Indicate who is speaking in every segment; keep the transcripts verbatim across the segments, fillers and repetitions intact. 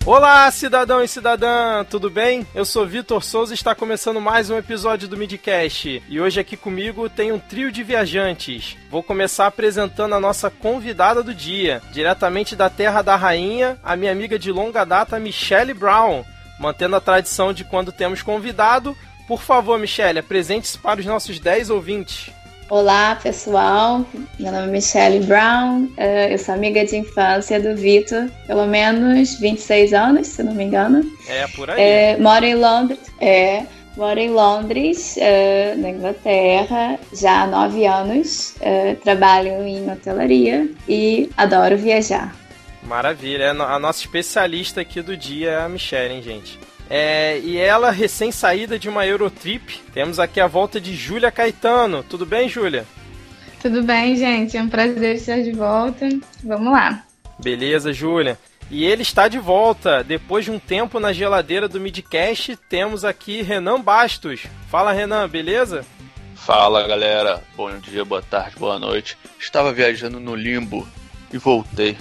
Speaker 1: Olá, cidadão e cidadã, tudo bem? Eu sou Vitor Souza e está começando mais um episódio do Midcast. E hoje aqui comigo tem um trio de viajantes. Vou começar apresentando a nossa convidada do dia, diretamente da Terra da Rainha, a minha amiga de longa data, Michelle Brown. Mantendo a tradição de quando temos convidado, por favor, Michelle, apresente-se para os nossos dez ouvintes.
Speaker 2: Olá, pessoal. Meu nome é Michelle Brown. Eu sou amiga de infância do Vitor, pelo menos vinte e seis anos, se não me engano.
Speaker 1: É, por aí.
Speaker 2: É, moro em Londres, é, moro em Londres, é, na Inglaterra, já há nove anos. É, trabalho em hotelaria e adoro viajar.
Speaker 1: Maravilha. A nossa especialista aqui do dia é a Michelle, hein, gente? É, e ela, recém-saída de uma Eurotrip, temos aqui a volta de Júlia Caetano. Tudo bem, Júlia?
Speaker 3: Tudo bem, gente. É um prazer estar de volta. Vamos lá.
Speaker 1: Beleza, Júlia. E ele está de volta. Depois de um tempo na geladeira do Midcast, temos aqui Renan Bastos. Fala, Renan, beleza?
Speaker 4: Fala, galera. Bom dia, boa tarde, boa noite. Estava viajando no limbo e voltei.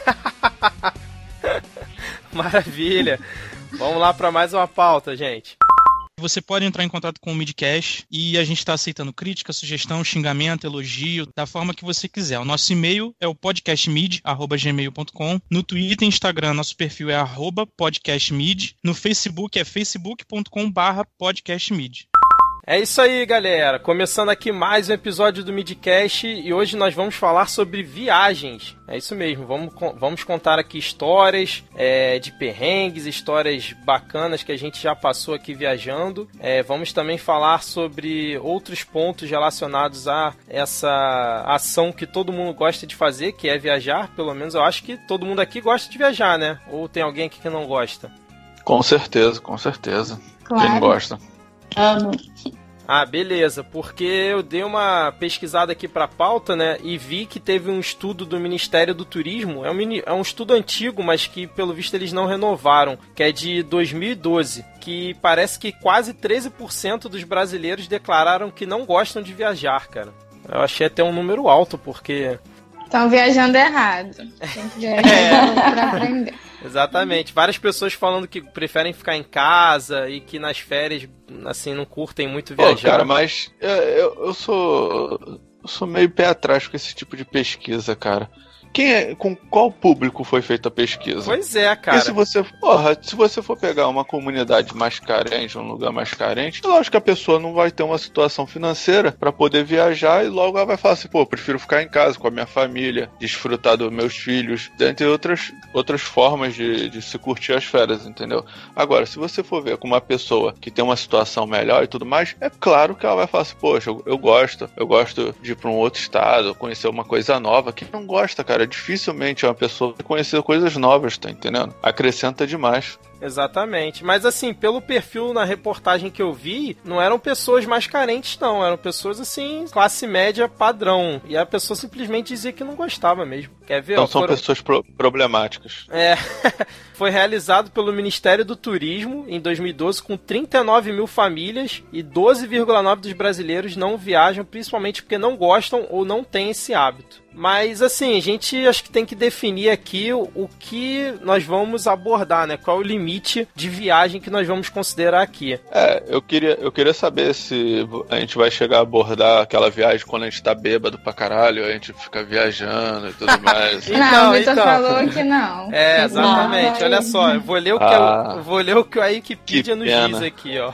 Speaker 1: Maravilha. Vamos lá para mais uma pauta, gente.
Speaker 5: Você pode entrar em contato com o Midcast e a gente está aceitando crítica, sugestão, xingamento, elogio, da forma que você quiser. O nosso e-mail é o podcastmid arroba gmail ponto com. No Twitter e Instagram, nosso perfil é arroba podcastmid. No Facebook é facebook ponto com barra podcastmid.
Speaker 1: É isso aí, galera. Começando aqui mais um episódio do Midcast e hoje nós vamos falar sobre viagens. É isso mesmo, vamos, vamos contar aqui histórias é, de perrengues, histórias bacanas que a gente já passou aqui viajando. É, vamos também falar sobre outros pontos relacionados a essa ação que todo mundo gosta de fazer, que é viajar. Pelo menos eu acho que todo mundo aqui gosta de viajar, né? Ou tem alguém aqui que não gosta?
Speaker 4: Com certeza, com certeza.
Speaker 3: Claro.
Speaker 4: Quem gosta?
Speaker 2: Amo.
Speaker 1: Ah, beleza, porque eu dei uma pesquisada aqui para a pauta, né, e vi que teve um estudo do Ministério do Turismo, é um, mini, é um estudo antigo, mas que pelo visto eles não renovaram, que é de dois mil e doze, que parece que quase treze por cento dos brasileiros declararam que não gostam de viajar, cara. Eu achei até um número alto, porque...
Speaker 3: Estão viajando errado. Tem que viajar para aprender.
Speaker 1: Exatamente. Várias pessoas falando que preferem ficar em casa e que nas férias, assim, não curtem muito viajar.
Speaker 4: Pô, cara, mas eu, eu sou eu sou meio pé atrás com esse tipo de pesquisa, cara. Quem é, com qual público foi feita a pesquisa?
Speaker 1: Pois é, cara.
Speaker 4: Porque se você, porra, se você for pegar uma comunidade mais carente, um lugar mais carente, lógico que a pessoa não vai ter uma situação financeira pra poder viajar e logo ela vai falar assim, pô, prefiro ficar em casa com a minha família, desfrutar dos meus filhos, dentre outras, outras formas de, de se curtir as férias, entendeu? Agora, se você for ver com uma pessoa que tem uma situação melhor e tudo mais, é claro que ela vai falar assim, poxa, eu, eu gosto, eu gosto de ir pra um outro estado, conhecer uma coisa nova. Quem não gosta, cara? Dificilmente uma pessoa vai conhecer coisas novas, tá entendendo? Acrescenta demais.
Speaker 1: Exatamente, mas assim, pelo perfil na reportagem que eu vi, não eram pessoas mais carentes não, eram pessoas assim, classe média padrão, e a pessoa simplesmente dizia que não gostava mesmo. Quer ver?
Speaker 4: Então são
Speaker 1: foram...
Speaker 4: pessoas pro- problemáticas.
Speaker 1: É, foi realizado pelo Ministério do Turismo em dois mil e doze com trinta e nove mil famílias e doze vírgula nove por cento dos brasileiros não viajam, principalmente porque não gostam ou não têm esse hábito. Mas assim, a gente acho que tem que definir aqui o, o que nós vamos abordar, né? Qual é o limite de viagem que nós vamos considerar aqui.
Speaker 4: É, eu queria, eu queria saber se a gente vai chegar a abordar aquela viagem quando a gente tá bêbado pra caralho, a gente fica viajando e tudo mais.
Speaker 1: Então,
Speaker 3: não, o Vitor
Speaker 1: então.
Speaker 3: falou que não.
Speaker 1: É, exatamente.
Speaker 3: Não.
Speaker 1: Olha só, eu vou ler o que,
Speaker 4: Ah,
Speaker 1: eu, eu vou ler o que a Wikipedia
Speaker 4: que
Speaker 1: nos
Speaker 4: pena.
Speaker 1: diz aqui, ó.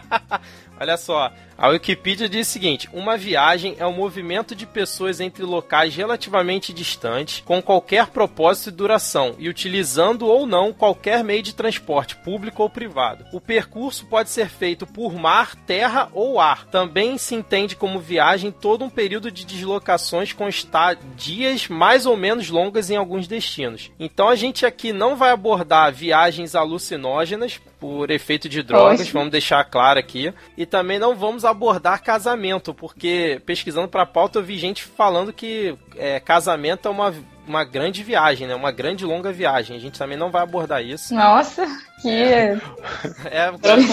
Speaker 1: Olha só, a Wikipedia diz o seguinte: uma viagem é um movimento de pessoas entre locais relativamente distantes, com qualquer propósito e duração, e utilizando ou não qualquer meio de transporte, público ou privado. O percurso pode ser feito por mar, terra ou ar. Também se entende como viagem todo um período de deslocações com estadias mais ou menos longas em alguns destinos. Então a gente aqui não vai abordar viagens alucinógenas, por efeito de drogas,
Speaker 3: Oxe.
Speaker 1: vamos deixar claro aqui. E também não vamos abordar casamento, porque pesquisando pra pauta eu vi gente falando que é, casamento é uma, uma grande viagem, né? Uma grande longa viagem. A gente também não vai abordar isso.
Speaker 3: Nossa, que...
Speaker 1: É, é,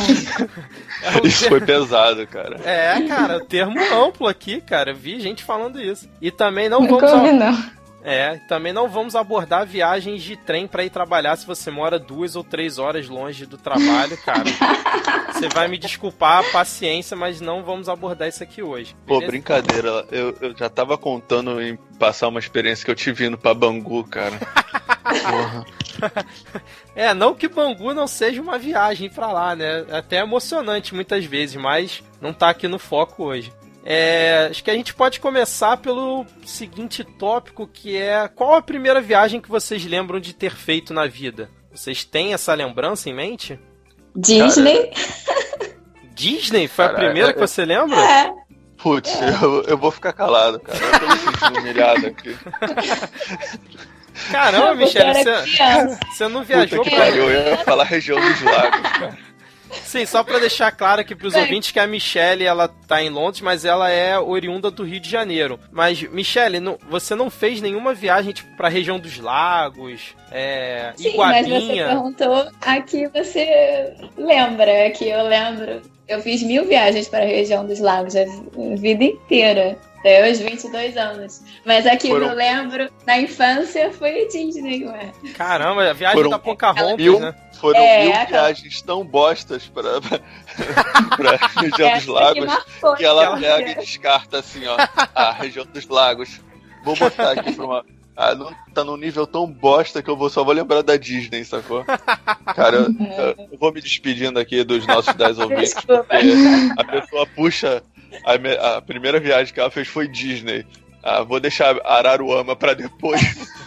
Speaker 1: é
Speaker 4: Isso foi pesado, cara.
Speaker 1: É, cara, o termo amplo aqui, cara. Eu vi gente falando isso. E também não
Speaker 3: Nunca
Speaker 1: vamos...
Speaker 3: ouvi,
Speaker 1: ab-
Speaker 3: não.
Speaker 1: É, também não vamos abordar viagens de trem pra ir trabalhar se você mora duas ou três horas longe do trabalho, cara. Você vai me desculpar, paciência, mas não vamos abordar isso aqui hoje.
Speaker 4: Beleza? Pô, brincadeira. Eu, eu já tava contando em passar uma experiência que eu tive indo pra Bangu, cara. Porra.
Speaker 1: É, não que Bangu não seja uma viagem pra lá, né? É até emocionante muitas vezes, mas não tá aqui no foco hoje. É, acho que a gente pode começar pelo seguinte tópico, que é: qual a primeira viagem que vocês lembram de ter feito na vida? Vocês têm essa lembrança em mente?
Speaker 2: Disney.
Speaker 1: Cara, Disney? Foi cara, a primeira é, que você lembra?
Speaker 2: É.
Speaker 4: Putz, é. eu, eu vou ficar calado, cara. Eu tô me sentindo humilhado aqui.
Speaker 1: Caramba, Michele, você, você não viajou
Speaker 4: pra... Eu ia falar região dos lagos, cara.
Speaker 1: Sim, só pra deixar claro aqui pros ouvintes que a Michele, ela tá em Londres, mas ela é oriunda do Rio de Janeiro. Mas, Michele, não, você não fez nenhuma viagem, tipo, pra região dos lagos, é,
Speaker 2: Sim,
Speaker 1: Iguabinha?
Speaker 2: Mas você perguntou, aqui você lembra, aqui eu lembro. Eu fiz mil viagens para a região dos lagos a vida inteira. Até os vinte e dois anos. Mas aqui Foram... eu lembro, na infância, foi a Disney, ué.
Speaker 1: Caramba, a viagem Foram... da Pocahontas,
Speaker 4: mil...
Speaker 1: né?
Speaker 4: Foram é, mil aquela... viagens tão bostas pra, pra, pra região é, dos lagos que, que ela pega e descarta assim, ó, a região dos lagos. Vou botar aqui pra uma... Ah, não tá num nível tão bosta que eu vou, só vou lembrar da Disney, sacou? Cara, eu, eu vou me despedindo aqui dos nossos dez ouvintes, porque a pessoa puxa... A, me, a primeira viagem que ela fez foi Disney. Ah, vou deixar Araruama pra depois.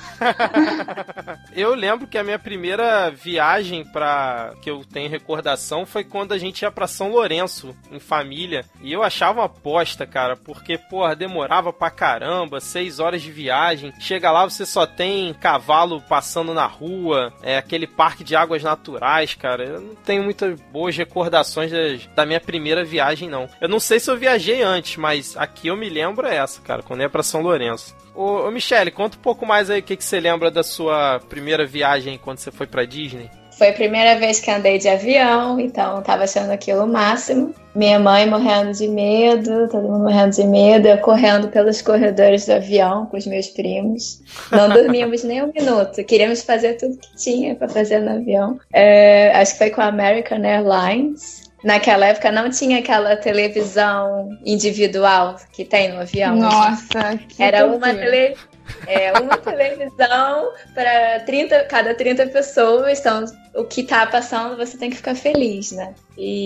Speaker 1: Eu lembro que a minha primeira viagem pra que eu tenho recordação foi quando a gente ia pra São Lourenço em família, e eu achava uma aposta, cara, porque, porra, demorava pra caramba, seis horas de viagem, chega lá você só tem cavalo passando na rua, é aquele parque de águas naturais, cara. Eu não tenho muitas boas recordações das, da minha primeira viagem, não. Eu não sei se eu viajei antes, mas aqui eu me lembro é essa, cara, quando eu ia pra São Lourenço. Ô, ô Michele, conta um pouco mais aí o que, que você lembra da sua primeira viagem quando você foi pra Disney.
Speaker 2: Foi a primeira vez que andei de avião, então tava achando aquilo o máximo. Minha mãe morrendo de medo, todo mundo morrendo de medo, eu correndo pelos corredores do avião com os meus primos. Não dormíamos nem um minuto, queríamos fazer tudo que tinha pra fazer no avião. É, acho que foi com a American Airlines. Naquela época não tinha aquela televisão individual que tem no avião.
Speaker 3: Nossa, que
Speaker 2: Era uma, tele... é, uma televisão para trinta, cada trinta pessoas. Então, o que tá passando, você tem que ficar feliz, né?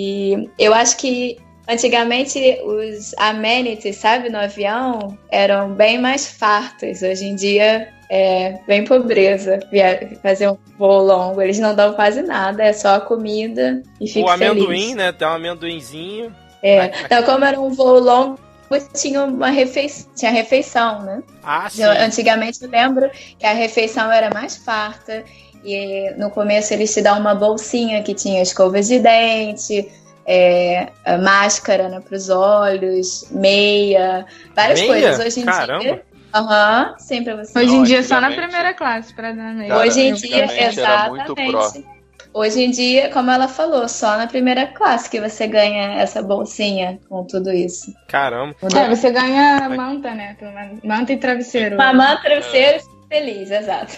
Speaker 2: E eu acho que antigamente os amenities, sabe, no avião, eram bem mais fartos. Hoje em dia é bem pobreza fazer um voo longo. Eles não dão quase nada, é só a comida e fica feliz.
Speaker 1: O amendoim, né? Tem um amendoinzinho.
Speaker 2: É, então como era um voo longo, tinha uma refeição, tinha refeição, né?
Speaker 1: Ah, sim.
Speaker 2: Eu, antigamente eu lembro que a refeição era mais farta e no começo eles te dão uma bolsinha que tinha escovas de dente, é, máscara, né, para os olhos, meia, várias
Speaker 1: meia?
Speaker 2: coisas. Hoje em
Speaker 1: Caramba.
Speaker 2: dia... Aham, uhum, sempre você.
Speaker 3: Hoje em dia só na primeira classe para dar meia.
Speaker 2: Cara, hoje em dia, exatamente. Hoje em dia, como ela falou, só na primeira classe que você ganha essa bolsinha com tudo isso.
Speaker 1: Caramba.
Speaker 3: É, você ganha manta, né? Manta e travesseiro.
Speaker 2: Uma manta, travesseiro e feliz, exato.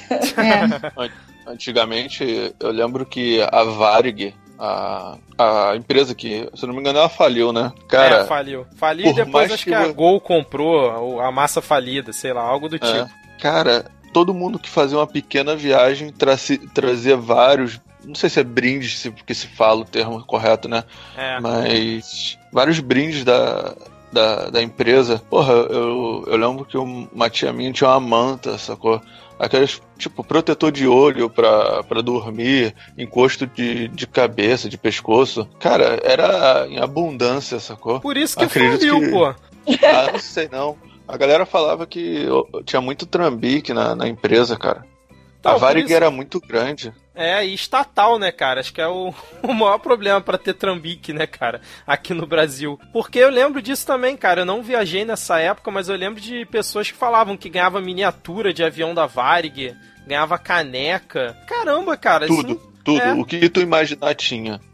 Speaker 3: É.
Speaker 4: Antigamente, eu lembro que a Varig, a, a empresa que, se não me engano, ela faliu, né? Cara,
Speaker 1: é, faliu. Faliu e depois acho que, que a Gol comprou a massa falida, sei lá, algo do tipo.
Speaker 4: É, cara, todo mundo que fazia uma pequena viagem tra trazia vários, não sei se é brindes, se, porque se fala o termo correto, né?
Speaker 1: É.
Speaker 4: Mas vários brindes da, da, da empresa. Porra, eu, eu lembro que uma tia minha tinha uma manta, sacou? Aqueles, tipo, protetor de olho pra, pra dormir, encosto de, de cabeça, de pescoço. Cara, era em abundância, sacou?
Speaker 1: Por isso que faliu, que... pô.
Speaker 4: Ah, não sei não. A galera falava que tinha muito trambique na, na empresa, cara. Não, a Varig isso... era muito grande.
Speaker 1: É, e estatal, né, cara? Acho que é o, o maior problema pra ter trambique, né, cara? Aqui no Brasil. Porque eu lembro disso também, cara. Eu não viajei nessa época, mas eu lembro de pessoas que falavam que ganhava miniatura de avião da Varig, ganhava caneca. Caramba, cara.
Speaker 4: Tudo,
Speaker 1: isso...
Speaker 4: tudo.
Speaker 1: É.
Speaker 4: O que tu imaginar tinha.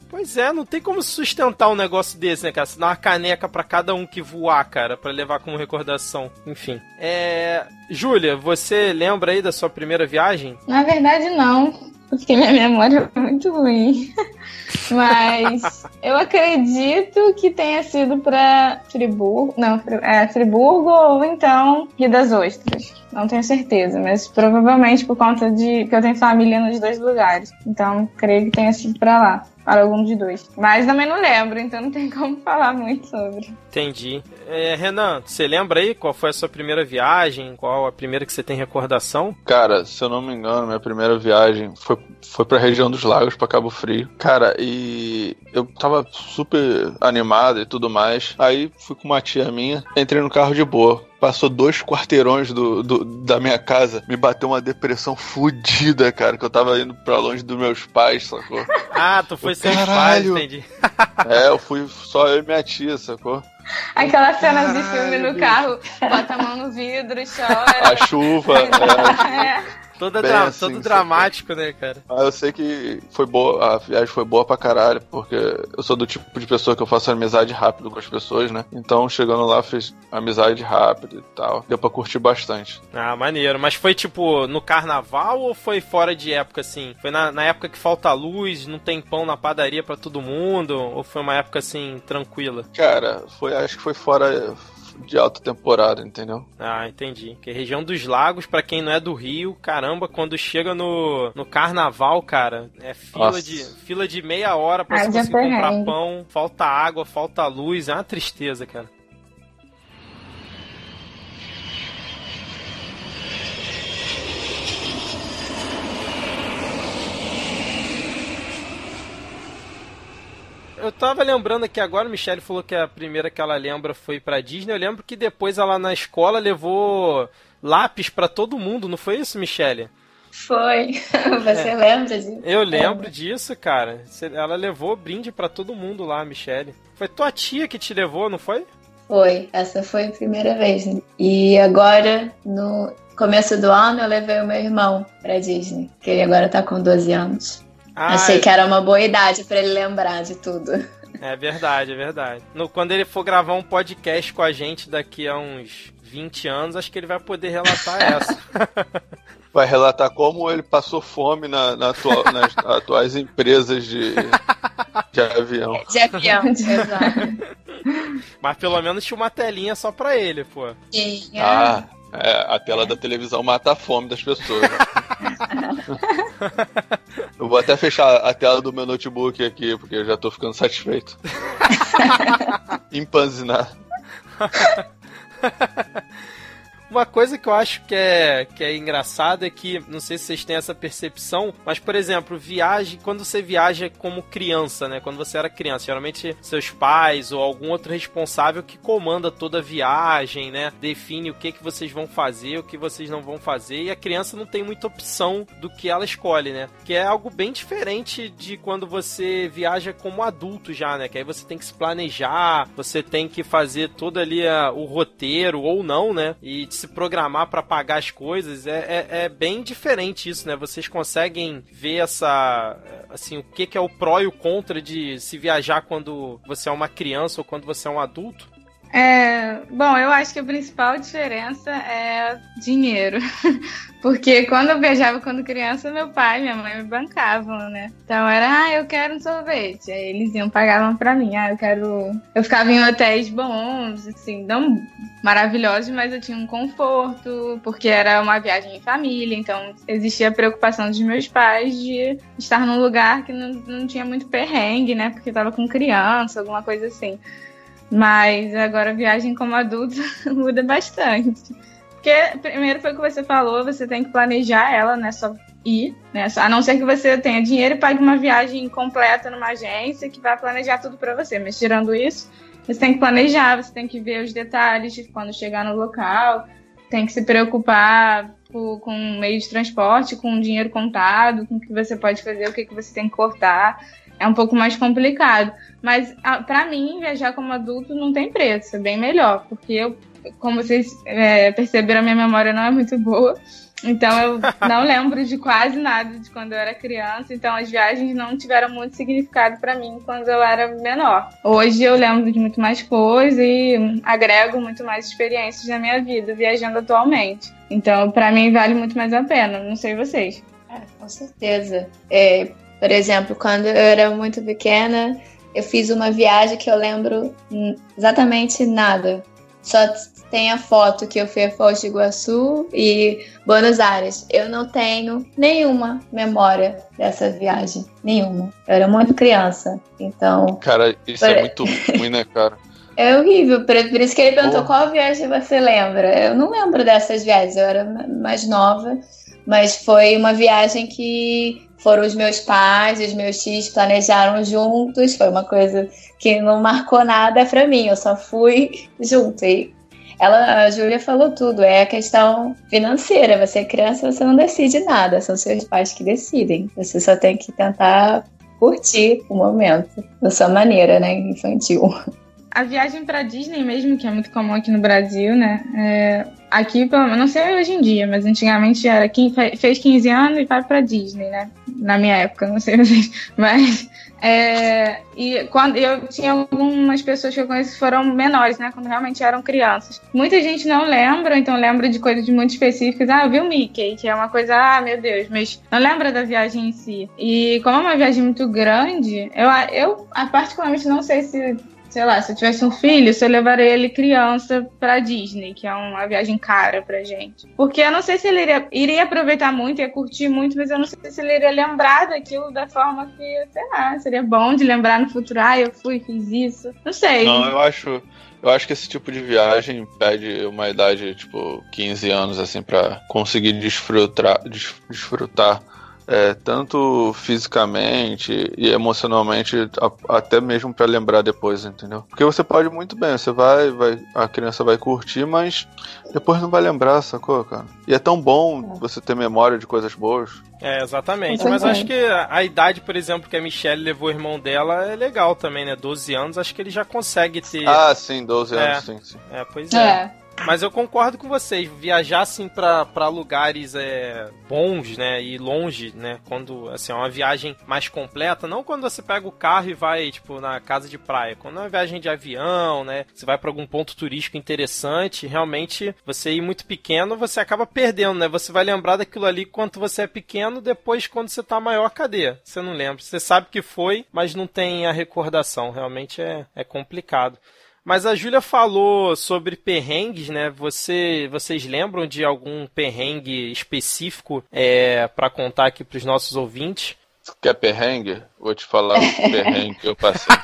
Speaker 1: Pois é, não tem como sustentar um negócio desse, né, cara? Você dá uma caneca pra cada um que voar, cara, pra levar como recordação. Enfim. É... Júlia, você lembra aí da sua primeira viagem?
Speaker 3: Na verdade, não. Porque minha memória é muito ruim. Mas eu acredito que tenha sido pra Friburgo. Não, é Friburgo ou então Rio das Ostras. Não tenho certeza, mas provavelmente por conta de que eu tenho família nos dois lugares. Então, creio que tenha sido pra lá. Para algum de dois. Mas também não lembro, então não tem como falar muito sobre.
Speaker 1: Entendi. É, Renan, você lembra aí qual foi a sua primeira viagem? Qual a primeira que você tem recordação?
Speaker 4: Cara, se eu não me engano, minha primeira viagem foi, foi pra região dos lagos, pra Cabo Frio. Cara, e eu tava super animado e tudo mais. Aí fui com uma tia minha, entrei no carro de boa. Passou dois quarteirões do, do, da minha casa, me bateu uma depressão fodida, cara, que eu tava indo pra longe dos meus pais, sacou?
Speaker 1: Ah, tu foi sem os pais, entendi.
Speaker 4: É, eu fui só eu e minha tia, sacou?
Speaker 3: Aquela cena de filme no carro, bota a mão no vidro e chora.
Speaker 4: A chuva, é.
Speaker 3: É.
Speaker 1: Toda dra- assim, todo dramático, né, cara?
Speaker 4: Mas eu sei que foi boa, a viagem foi boa pra caralho, porque eu sou do tipo de pessoa que eu faço amizade rápido com as pessoas, né? Então, chegando lá, fiz amizade rápido e tal. Deu pra curtir bastante.
Speaker 1: Ah, maneiro. Mas foi, tipo, no carnaval ou foi fora de época, assim? Foi na, na época que falta luz, não tem pão na padaria pra todo mundo? Ou foi uma época, assim, tranquila?
Speaker 4: Cara, foi, acho que foi fora de alta temporada, entendeu?
Speaker 1: Ah, entendi. Porque região dos lagos, pra quem não é do Rio, caramba, quando chega no, no carnaval, cara, é fila de, fila de meia hora pra
Speaker 3: Ah,
Speaker 1: você
Speaker 3: já
Speaker 1: conseguir comprar
Speaker 3: perrengue.
Speaker 1: pão, falta água, falta luz, é uma tristeza, cara. Eu tava lembrando aqui agora, a Michelle falou que a primeira que ela lembra foi pra Disney. Eu lembro que depois ela na escola levou lápis pra todo mundo, não foi isso, Michelle?
Speaker 2: Foi. Você
Speaker 1: É.
Speaker 2: lembra disso?
Speaker 1: Eu lembro disso, cara. Ela levou brinde pra todo mundo lá, a Michelle. Foi tua tia que te levou, não foi?
Speaker 2: Foi. Essa foi a primeira vez. Né? E agora, no começo do ano, eu levei o meu irmão pra Disney. Que ele agora tá com doze anos.
Speaker 1: Ah,
Speaker 2: Achei que era uma boa idade pra ele lembrar de tudo.
Speaker 1: É verdade, é verdade. No, quando ele for gravar um podcast com a gente daqui a uns vinte anos, acho que ele vai poder relatar essa.
Speaker 4: Vai relatar como ele passou fome na, na atual, nas atuais empresas de, de avião.
Speaker 2: De avião, exato.
Speaker 1: Mas pelo menos tinha uma telinha só pra ele, pô.
Speaker 2: Tinha.
Speaker 4: Ah, é, a tela da televisão mata a fome das pessoas. Né? Eu vou até fechar a tela do meu notebook aqui, porque eu já tô ficando satisfeito. Empanzinado.
Speaker 1: Uma coisa que eu acho que é, que é engraçada é que, não sei se vocês têm essa percepção, mas, por exemplo, viagem, quando você viaja como criança, né? Quando você era criança, geralmente seus pais ou algum outro responsável que comanda toda a viagem, né? Define o que, que vocês vão fazer, o que vocês não vão fazer, e a criança não tem muita opção do que ela escolhe, né? Que é algo bem diferente de quando você viaja como adulto já, né? Que aí você tem que se planejar, você tem que fazer todo ali a, o roteiro, ou não, né? E se programar para pagar as coisas, é, é, é bem diferente isso, né? Vocês conseguem ver essa, assim, o que, que é o pró e o contra de se viajar quando você é uma criança ou quando você é um adulto?
Speaker 3: É, bom, eu acho que a principal diferença é dinheiro. Porque quando eu viajava quando criança, meu pai e minha mãe me bancavam, né? Então era, ah, eu quero um sorvete. Aí eles iam, pagavam pra mim. Ah, eu quero... Eu ficava em hotéis bons, assim, não maravilhosos, mas eu tinha um conforto, porque era uma viagem em família, então existia a preocupação dos meus pais de estar num lugar que não, não tinha muito perrengue, né? Porque tava com criança, alguma coisa assim. Mas agora a viagem como adulto muda bastante. Porque, primeiro foi o que você falou, você tem que planejar ela, né? Só ir, né? A não ser que você tenha dinheiro e pague uma viagem completa numa agência que vai planejar tudo pra você. Mas tirando isso, você tem que planejar, você tem que ver os detalhes de quando chegar no local, tem que se preocupar com, com meio de transporte, com dinheiro contado, com o que você pode fazer, o que, que você tem que cortar. é um pouco mais complicado. Mas pra mim, viajar como adulto não tem preço, é bem melhor, porque eu, como vocês é, perceberam, a minha memória não é muito boa. Então eu não lembro de quase nada de quando eu era criança, então as viagens não tiveram muito significado para mim quando eu era menor. Hoje eu lembro de muito mais coisas e agrego muito mais experiências na minha vida viajando atualmente. Então para mim vale muito mais a pena, não sei vocês.
Speaker 2: É, com certeza. É, por exemplo, quando eu era muito pequena, eu fiz uma viagem que eu lembro exatamente nada. Só tem a foto que eu fui a Foz do Iguaçu e Buenos Aires. Eu não tenho nenhuma memória dessa viagem. Nenhuma. Eu era muito criança. Então.
Speaker 4: Cara, isso por... é muito ruim, né, cara?
Speaker 2: É horrível. Por, por isso que ele perguntou:
Speaker 4: oh.
Speaker 2: qual viagem você lembra? Eu não lembro dessas viagens. Eu era mais nova. Mas foi uma viagem que foram os meus pais e os meus tios planejaram juntos. Foi uma coisa que não marcou nada pra mim. Eu só fui junto. E ela, a Júlia falou tudo. É a questão financeira. Você é criança, você não decide nada. São seus pais que decidem. Você só tem que tentar curtir o momento da sua maneira, né, infantil.
Speaker 3: A viagem pra Disney mesmo, que é muito comum aqui no Brasil, né? É, aqui, não sei hoje em dia, mas antigamente era quem fez quinze anos e vai pra Disney, né? Na minha época, não sei vocês. Mas é, e quando eu tinha algumas pessoas que eu conheço que foram menores, né? Quando realmente eram crianças. Muita gente não lembra, então lembra de coisas muito específicas. Ah, eu vi o Mickey, que é uma coisa, ah, meu Deus, mas não lembra da viagem em si. E como é uma viagem muito grande, eu, eu particularmente não sei se sei lá, se eu tivesse um filho, se eu levaria ele criança pra Disney, que é uma viagem cara pra gente. Porque eu não sei se ele iria, iria aproveitar muito, ia curtir muito, mas eu não sei se ele iria lembrar daquilo da forma que, sei lá, seria bom de lembrar no futuro. Ah, eu fui, fiz isso. Não sei.
Speaker 4: Não, eu acho... Eu acho que esse tipo de viagem pede uma idade, tipo, quinze anos, assim, pra conseguir desfrutar, desfrutar É, tanto fisicamente e emocionalmente, a, até mesmo pra lembrar depois, entendeu? Porque você pode muito bem, você vai, vai, a criança vai curtir, mas depois não vai lembrar, sacou, cara? E é tão bom você ter memória de coisas boas.
Speaker 1: É, exatamente. Mas acho que a, a idade, por exemplo, que a Michelle levou o irmão dela é legal também, né? doze anos, acho que ele já consegue ter...
Speaker 4: Ah, sim, doze anos,
Speaker 1: é.
Speaker 4: sim, sim.
Speaker 1: É, pois é. é. Mas eu concordo com vocês, viajar assim pra, pra lugares é, bons, né, e longe, né, quando, assim, é uma viagem mais completa, não quando você pega o carro e vai, tipo, na casa de praia, quando é uma viagem de avião, né, você vai pra algum ponto turístico interessante, realmente, você ir muito pequeno, você acaba perdendo, né, você vai lembrar daquilo ali quando você é pequeno, depois quando você tá maior, cadê? Você não lembra, você sabe que foi, mas não tem a recordação, realmente é, é complicado. Mas a Júlia falou sobre perrengues, né? Você, vocês lembram de algum perrengue específico é, para contar aqui para os nossos ouvintes?
Speaker 4: Quer perrengue? Vou te falar o perrengue que eu passei.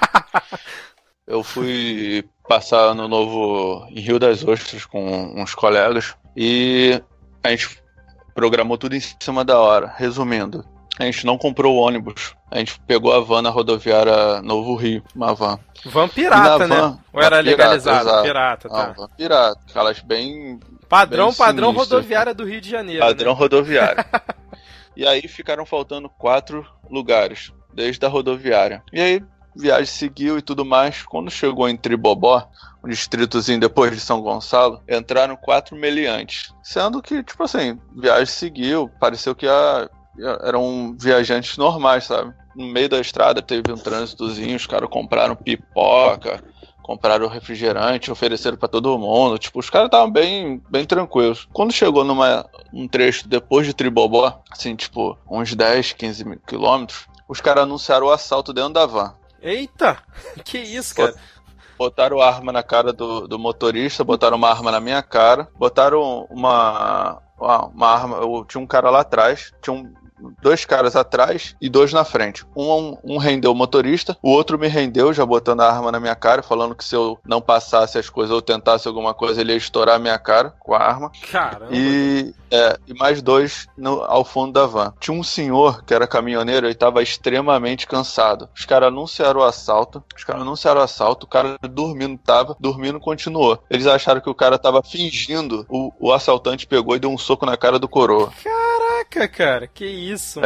Speaker 4: Eu fui passar ano novo em Rio das Ostras com uns colegas e a gente programou tudo em cima da hora. Resumindo, a gente não comprou o ônibus. A gente pegou a van na rodoviária Novo Rio, uma van.
Speaker 1: Van pirata, van, né? Ou era legalizado?
Speaker 4: Pirata,
Speaker 1: pirata tá.
Speaker 4: Não, van pirata. Aquelas bem...
Speaker 1: Padrão,
Speaker 4: bem
Speaker 1: padrão
Speaker 4: sinistras.
Speaker 1: rodoviária do Rio de Janeiro.
Speaker 4: Padrão
Speaker 1: né?
Speaker 4: rodoviária. E aí ficaram faltando quatro lugares, desde a rodoviária. E aí, viagem seguiu e tudo mais. Quando chegou em Tribobó, um distritozinho depois de São Gonçalo, entraram quatro meliantes. Sendo que, tipo assim, viagem seguiu, pareceu que a... eram viajantes normais, sabe? No meio da estrada teve um trânsitozinho, os caras compraram pipoca, compraram refrigerante, ofereceram pra todo mundo. Tipo, os caras estavam bem, bem tranquilos. Quando chegou numa um trecho depois de Tribobó, assim, tipo, uns dez, quinze quilômetros, os caras anunciaram o assalto dentro da van.
Speaker 1: Eita! Que isso, cara?
Speaker 4: Botaram arma na cara do, do motorista, botaram uma arma na minha cara, botaram uma, uma, uma arma... Eu, tinha um cara lá atrás, tinha um... dois caras atrás e dois na frente. Um, um rendeu o motorista, o outro me rendeu, já botando a arma na minha cara, falando que se eu não passasse as coisas ou tentasse alguma coisa, ele ia estourar a minha cara com a arma.
Speaker 1: Caramba!
Speaker 4: E, é, e mais dois no, ao fundo da van. Tinha um senhor que era caminhoneiro e estava extremamente cansado. Os caras anunciaram o assalto, os caras anunciaram o assalto, o cara dormindo tava, dormindo continuou. Eles acharam que o cara tava fingindo, o, o assaltante pegou e deu um soco na cara do coroa.
Speaker 1: Caraca, cara, que isso,
Speaker 4: é.
Speaker 1: mano.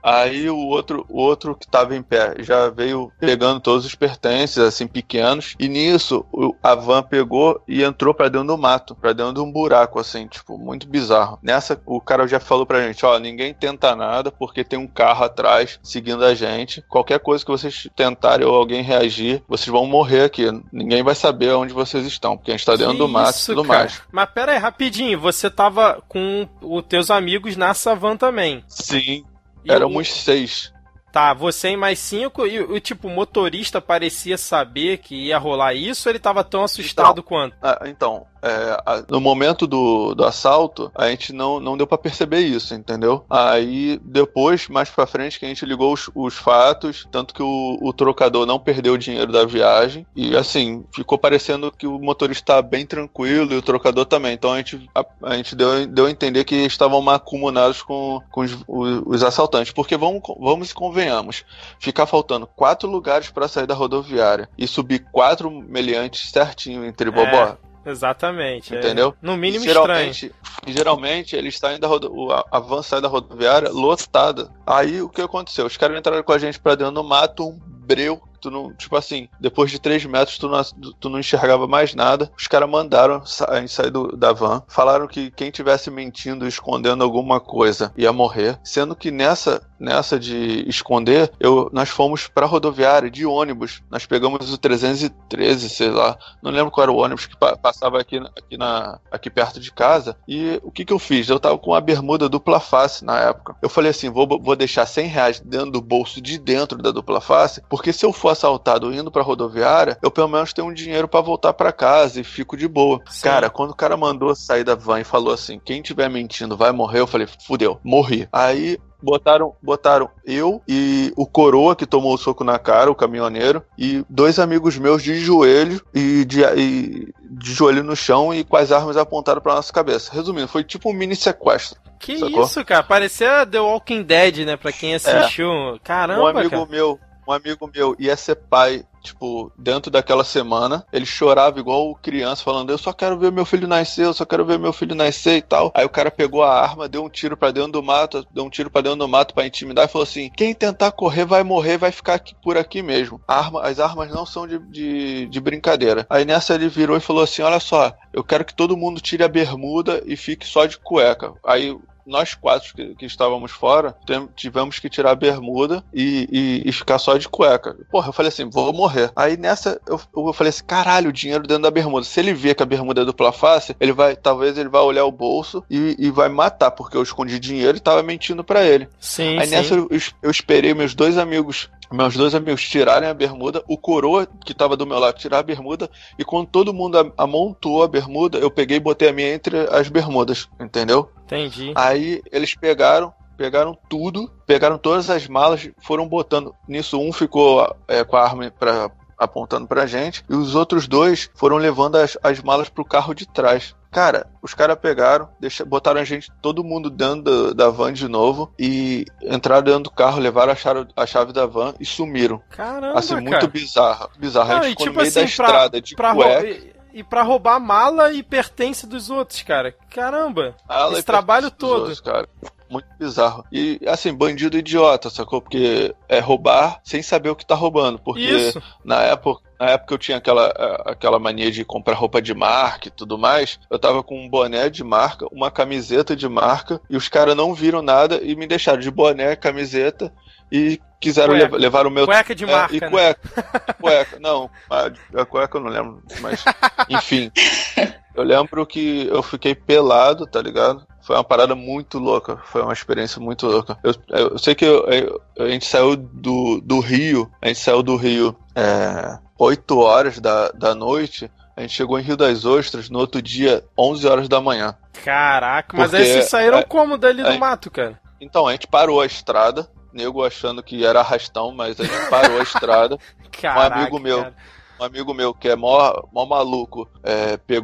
Speaker 4: Aí o outro, o outro que tava em pé já veio pegando todos os pertences, assim, pequenos. E nisso, a van pegou e entrou pra dentro do mato, pra dentro de um buraco, assim, tipo, muito bizarro. Nessa, o cara já falou pra gente, ó, ninguém tenta nada, porque tem um carro atrás seguindo a gente. Qualquer coisa que vocês tentarem ou alguém reagir, vocês vão morrer aqui. Ninguém vai saber onde vocês estão, porque a gente tá dentro
Speaker 1: Que
Speaker 4: do mato
Speaker 1: isso,
Speaker 4: e tudo
Speaker 1: cara?
Speaker 4: mais.
Speaker 1: Mas pera aí, rapidinho, você tava com os teus amigos nessa van também.
Speaker 4: Sim,
Speaker 1: E
Speaker 4: éramos
Speaker 1: o-
Speaker 4: seis.
Speaker 1: Tá, você e mais cinco, e o tipo, o motorista parecia saber que ia rolar isso, ou ele tava tão assustado quanto?
Speaker 4: Ah, então, é, a- no momento do, do assalto, a gente não, não deu pra perceber isso, entendeu? Aí, depois, mais pra frente, que a gente ligou os, os fatos, tanto que o, o trocador não perdeu o dinheiro da viagem, e assim, ficou parecendo que o motorista tá bem tranquilo e o trocador também. Então a gente, a, a gente deu, deu a entender que estavam mancomunados com, com os, os, os assaltantes, porque vamos, vamos e convenhamos, ficar faltando quatro lugares pra sair da rodoviária e subir quatro meliantes certinho em Tribobó.
Speaker 1: Exatamente. é.
Speaker 4: Entendeu?
Speaker 1: No mínimo
Speaker 4: E
Speaker 1: estranho.
Speaker 4: geralmente, e geralmente eles saem da rodo... o- a a van sai da rodoviária lotada. Aí o que aconteceu? Os caras entraram com a gente pra dentro do mato, um breu. Tu não, tipo assim, depois de três metros tu não, tu não enxergava mais nada. Os caras mandaram sa- a gente sair do, da van. Falaram que quem tivesse mentindo, escondendo alguma coisa, ia morrer. Sendo que nessa, nessa de esconder, eu, nós fomos pra rodoviária de ônibus. Nós pegamos o trezentos e treze, sei lá. Não lembro qual era o ônibus que pa- passava aqui, aqui, na, aqui perto de casa. E o que que eu fiz? Eu tava com uma bermuda dupla face na época. Eu falei assim, vou, vou deixar cem reais dentro do bolso de dentro da dupla face, porque se eu for assaltado indo pra rodoviária, eu pelo menos tenho um dinheiro pra voltar pra casa e fico de boa.
Speaker 1: Sim.
Speaker 4: Cara, quando o cara mandou sair da van e falou assim, quem tiver mentindo vai morrer, eu falei, fudeu, morri. Aí botaram, botaram eu e o coroa que tomou o soco na cara, o caminhoneiro, e dois amigos meus de joelho e de, e de joelho no chão e com as armas apontadas pra nossa cabeça. Resumindo, foi tipo um mini sequestro.
Speaker 1: Que
Speaker 4: Sacou?
Speaker 1: isso, cara? Parecia The Walking Dead, né? Pra quem assistiu. Caramba,
Speaker 4: um amigo
Speaker 1: cara.
Speaker 4: meu, um amigo meu ia ser pai, tipo, dentro daquela semana, ele chorava igual criança, falando, eu só quero ver meu filho nascer, eu só quero ver meu filho nascer e tal. Aí o cara pegou a arma, deu um tiro pra dentro do mato, deu um tiro pra dentro do mato pra intimidar e falou assim, quem tentar correr vai morrer, vai ficar aqui, por aqui mesmo. A arma, as armas não são de, de, de brincadeira. Aí nessa ele virou e falou assim, olha só, eu quero que todo mundo tire a bermuda e fique só de cueca. Aí nós quatro que, que estávamos fora, tem- tivemos que tirar a bermuda e, e, e ficar só de cueca. Porra, eu falei assim, vou morrer. Aí nessa, eu, eu falei assim, caralho, o dinheiro dentro da bermuda. Se ele ver que a bermuda é dupla face, ele vai, talvez ele vai olhar o bolso e, e vai matar, porque eu escondi dinheiro e tava mentindo pra ele.
Speaker 1: Sim,
Speaker 4: Aí
Speaker 1: sim.
Speaker 4: nessa eu, eu esperei meus dois amigos, meus dois amigos tirarem a bermuda, o coroa que tava do meu lado tirar a bermuda, e quando todo mundo am- amontou a bermuda, eu peguei e botei a minha entre as bermudas, entendeu?
Speaker 1: Entendi.
Speaker 4: Aí eles pegaram, pegaram tudo, pegaram todas as malas, foram botando. Nisso um ficou é, com a arma pra, apontando pra gente, e os outros dois foram levando as, as malas pro carro de trás. Cara, os caras pegaram, deixa, botaram a gente, todo mundo dentro da, da van de novo, e entraram dentro do carro, levaram a chave, a chave da van e sumiram.
Speaker 1: Caramba,
Speaker 4: Assim, muito
Speaker 1: cara.
Speaker 4: bizarro. Bizarro.
Speaker 1: Não,
Speaker 4: a gente
Speaker 1: e
Speaker 4: ficou
Speaker 1: tipo
Speaker 4: no meio da
Speaker 1: assim, pra,
Speaker 4: estrada, de
Speaker 1: pra, rou-
Speaker 4: cueca.
Speaker 1: e, e pra roubar mala e pertence dos outros, cara. Caramba.
Speaker 4: Mala
Speaker 1: esse
Speaker 4: e
Speaker 1: trabalho
Speaker 4: pertence dos
Speaker 1: todo.
Speaker 4: outros, cara. Muito bizarro. E, assim, bandido idiota, sacou? Porque é roubar sem saber o que tá roubando. Porque
Speaker 1: Isso.
Speaker 4: na época, na época eu tinha aquela, aquela mania de comprar roupa de marca e tudo mais. Eu tava com um boné de marca, uma camiseta de marca, e os caras não viram nada e me deixaram de boné, camiseta e quiseram
Speaker 1: Cueca.
Speaker 4: levar, levar o meu...
Speaker 1: Cueca de
Speaker 4: É,
Speaker 1: marca,
Speaker 4: e
Speaker 1: né?
Speaker 4: cueca. Cueca, não. A, a cueca eu não lembro, mas enfim. Eu lembro que eu fiquei pelado, tá ligado? Foi uma parada muito louca. Foi uma experiência muito louca. Eu, eu sei que eu, eu- a gente saiu do, do Rio. A gente saiu do Rio é, oito horas da, da noite. A gente chegou em Rio das Ostras no outro dia, onze horas da manhã.
Speaker 1: Caraca, mas
Speaker 4: Porque,
Speaker 1: aí vocês saíram
Speaker 4: é,
Speaker 1: como dali do
Speaker 4: é,
Speaker 1: mato, cara?
Speaker 4: Então, a gente parou a estrada. Nego achando que era arrastão, mas a gente parou a estrada.
Speaker 1: Caraca,
Speaker 4: amigo meu.
Speaker 1: cara.
Speaker 4: Um amigo meu que é mó, mó maluco, é, pegou e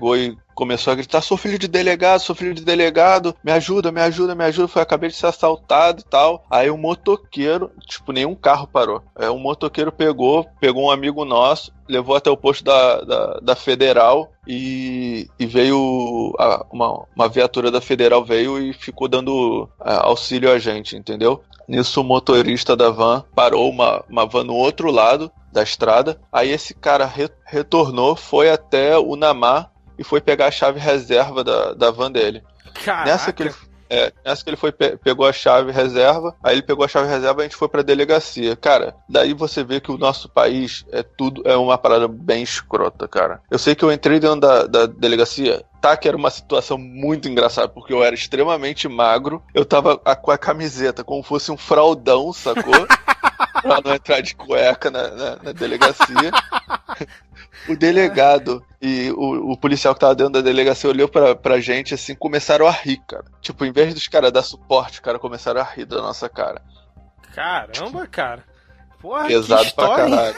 Speaker 4: começou a gritar, sou filho de delegado, sou filho de delegado, me ajuda, me ajuda, me ajuda, foi, acabei de ser assaltado e tal. Aí um motoqueiro, tipo, nenhum carro parou. É, um motoqueiro pegou, pegou um amigo nosso, levou até o posto da, da, da Federal e, e veio, a, uma, uma viatura da Federal veio e ficou dando a, auxílio a gente, entendeu? Nisso o motorista da van parou uma, uma van no outro lado da estrada, aí esse cara re, retornou, foi até o Namá e foi pegar a chave reserva da, da van dele.
Speaker 1: Caraca.
Speaker 4: Nessa que ele, é, nessa que ele foi, pe- pegou a chave reserva, aí ele pegou a chave reserva e a gente foi pra delegacia. Cara, daí você vê que o nosso país é tudo, é uma parada bem escrota, cara. Eu sei que eu entrei dentro da, da delegacia, tá, que era uma situação muito engraçada, porque eu era extremamente magro, eu tava a, com a camiseta como fosse um fraldão, sacou? Pra não entrar de cueca na, na, na delegacia. O delegado e o, o policial que tava dentro da delegacia olhou pra, pra gente assim, começaram a rir, cara. Tipo, em vez dos caras dar suporte, os caras começaram a rir da nossa cara.
Speaker 1: Caramba, cara. Porra,
Speaker 4: pesado
Speaker 1: que história,
Speaker 4: pra caralho.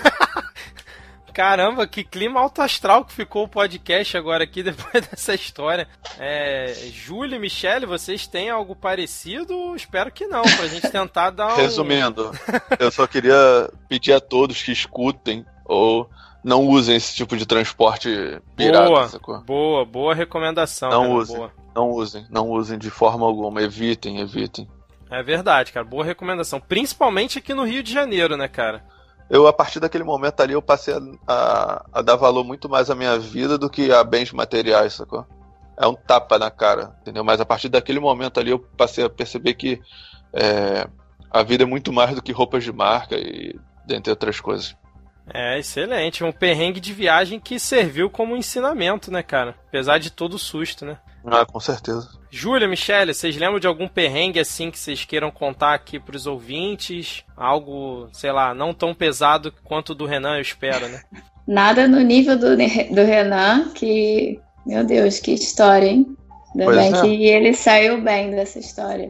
Speaker 1: Caramba, que clima alto astral que ficou o podcast agora aqui depois dessa história. É, Júlio e Michele, vocês têm algo parecido? Espero que não, pra gente tentar dar um...
Speaker 4: Resumindo, eu só queria pedir a todos que escutem ou não usem esse tipo de transporte pirata,
Speaker 1: boa,
Speaker 4: sacou?
Speaker 1: Boa, boa recomendação.
Speaker 4: Não
Speaker 1: cara,
Speaker 4: usem,
Speaker 1: boa.
Speaker 4: não usem, não usem de forma alguma, evitem, evitem.
Speaker 1: É verdade, cara, boa recomendação. Principalmente aqui no Rio de Janeiro, né, cara?
Speaker 4: Eu, a partir daquele momento ali, eu passei a, a, a dar valor muito mais à minha vida do que a bens materiais, sacou? É um tapa na cara, entendeu? Mas a partir daquele momento ali, eu passei a perceber que é, a vida é muito mais do que roupas de marca e dentre outras coisas.
Speaker 1: É, excelente. Um perrengue de viagem que serviu como ensinamento, né, cara? Apesar de todo o susto, né?
Speaker 4: Ah, com certeza.
Speaker 1: Júlia, Michele, vocês lembram de algum perrengue assim que vocês queiram contar aqui pros ouvintes? Algo, sei lá, não tão pesado quanto o do Renan, eu espero, né?
Speaker 2: Nada no nível do, do Renan, que... Meu Deus, que história, hein? Ainda
Speaker 4: Pois
Speaker 2: bem
Speaker 4: é.
Speaker 2: que ele saiu bem dessa história.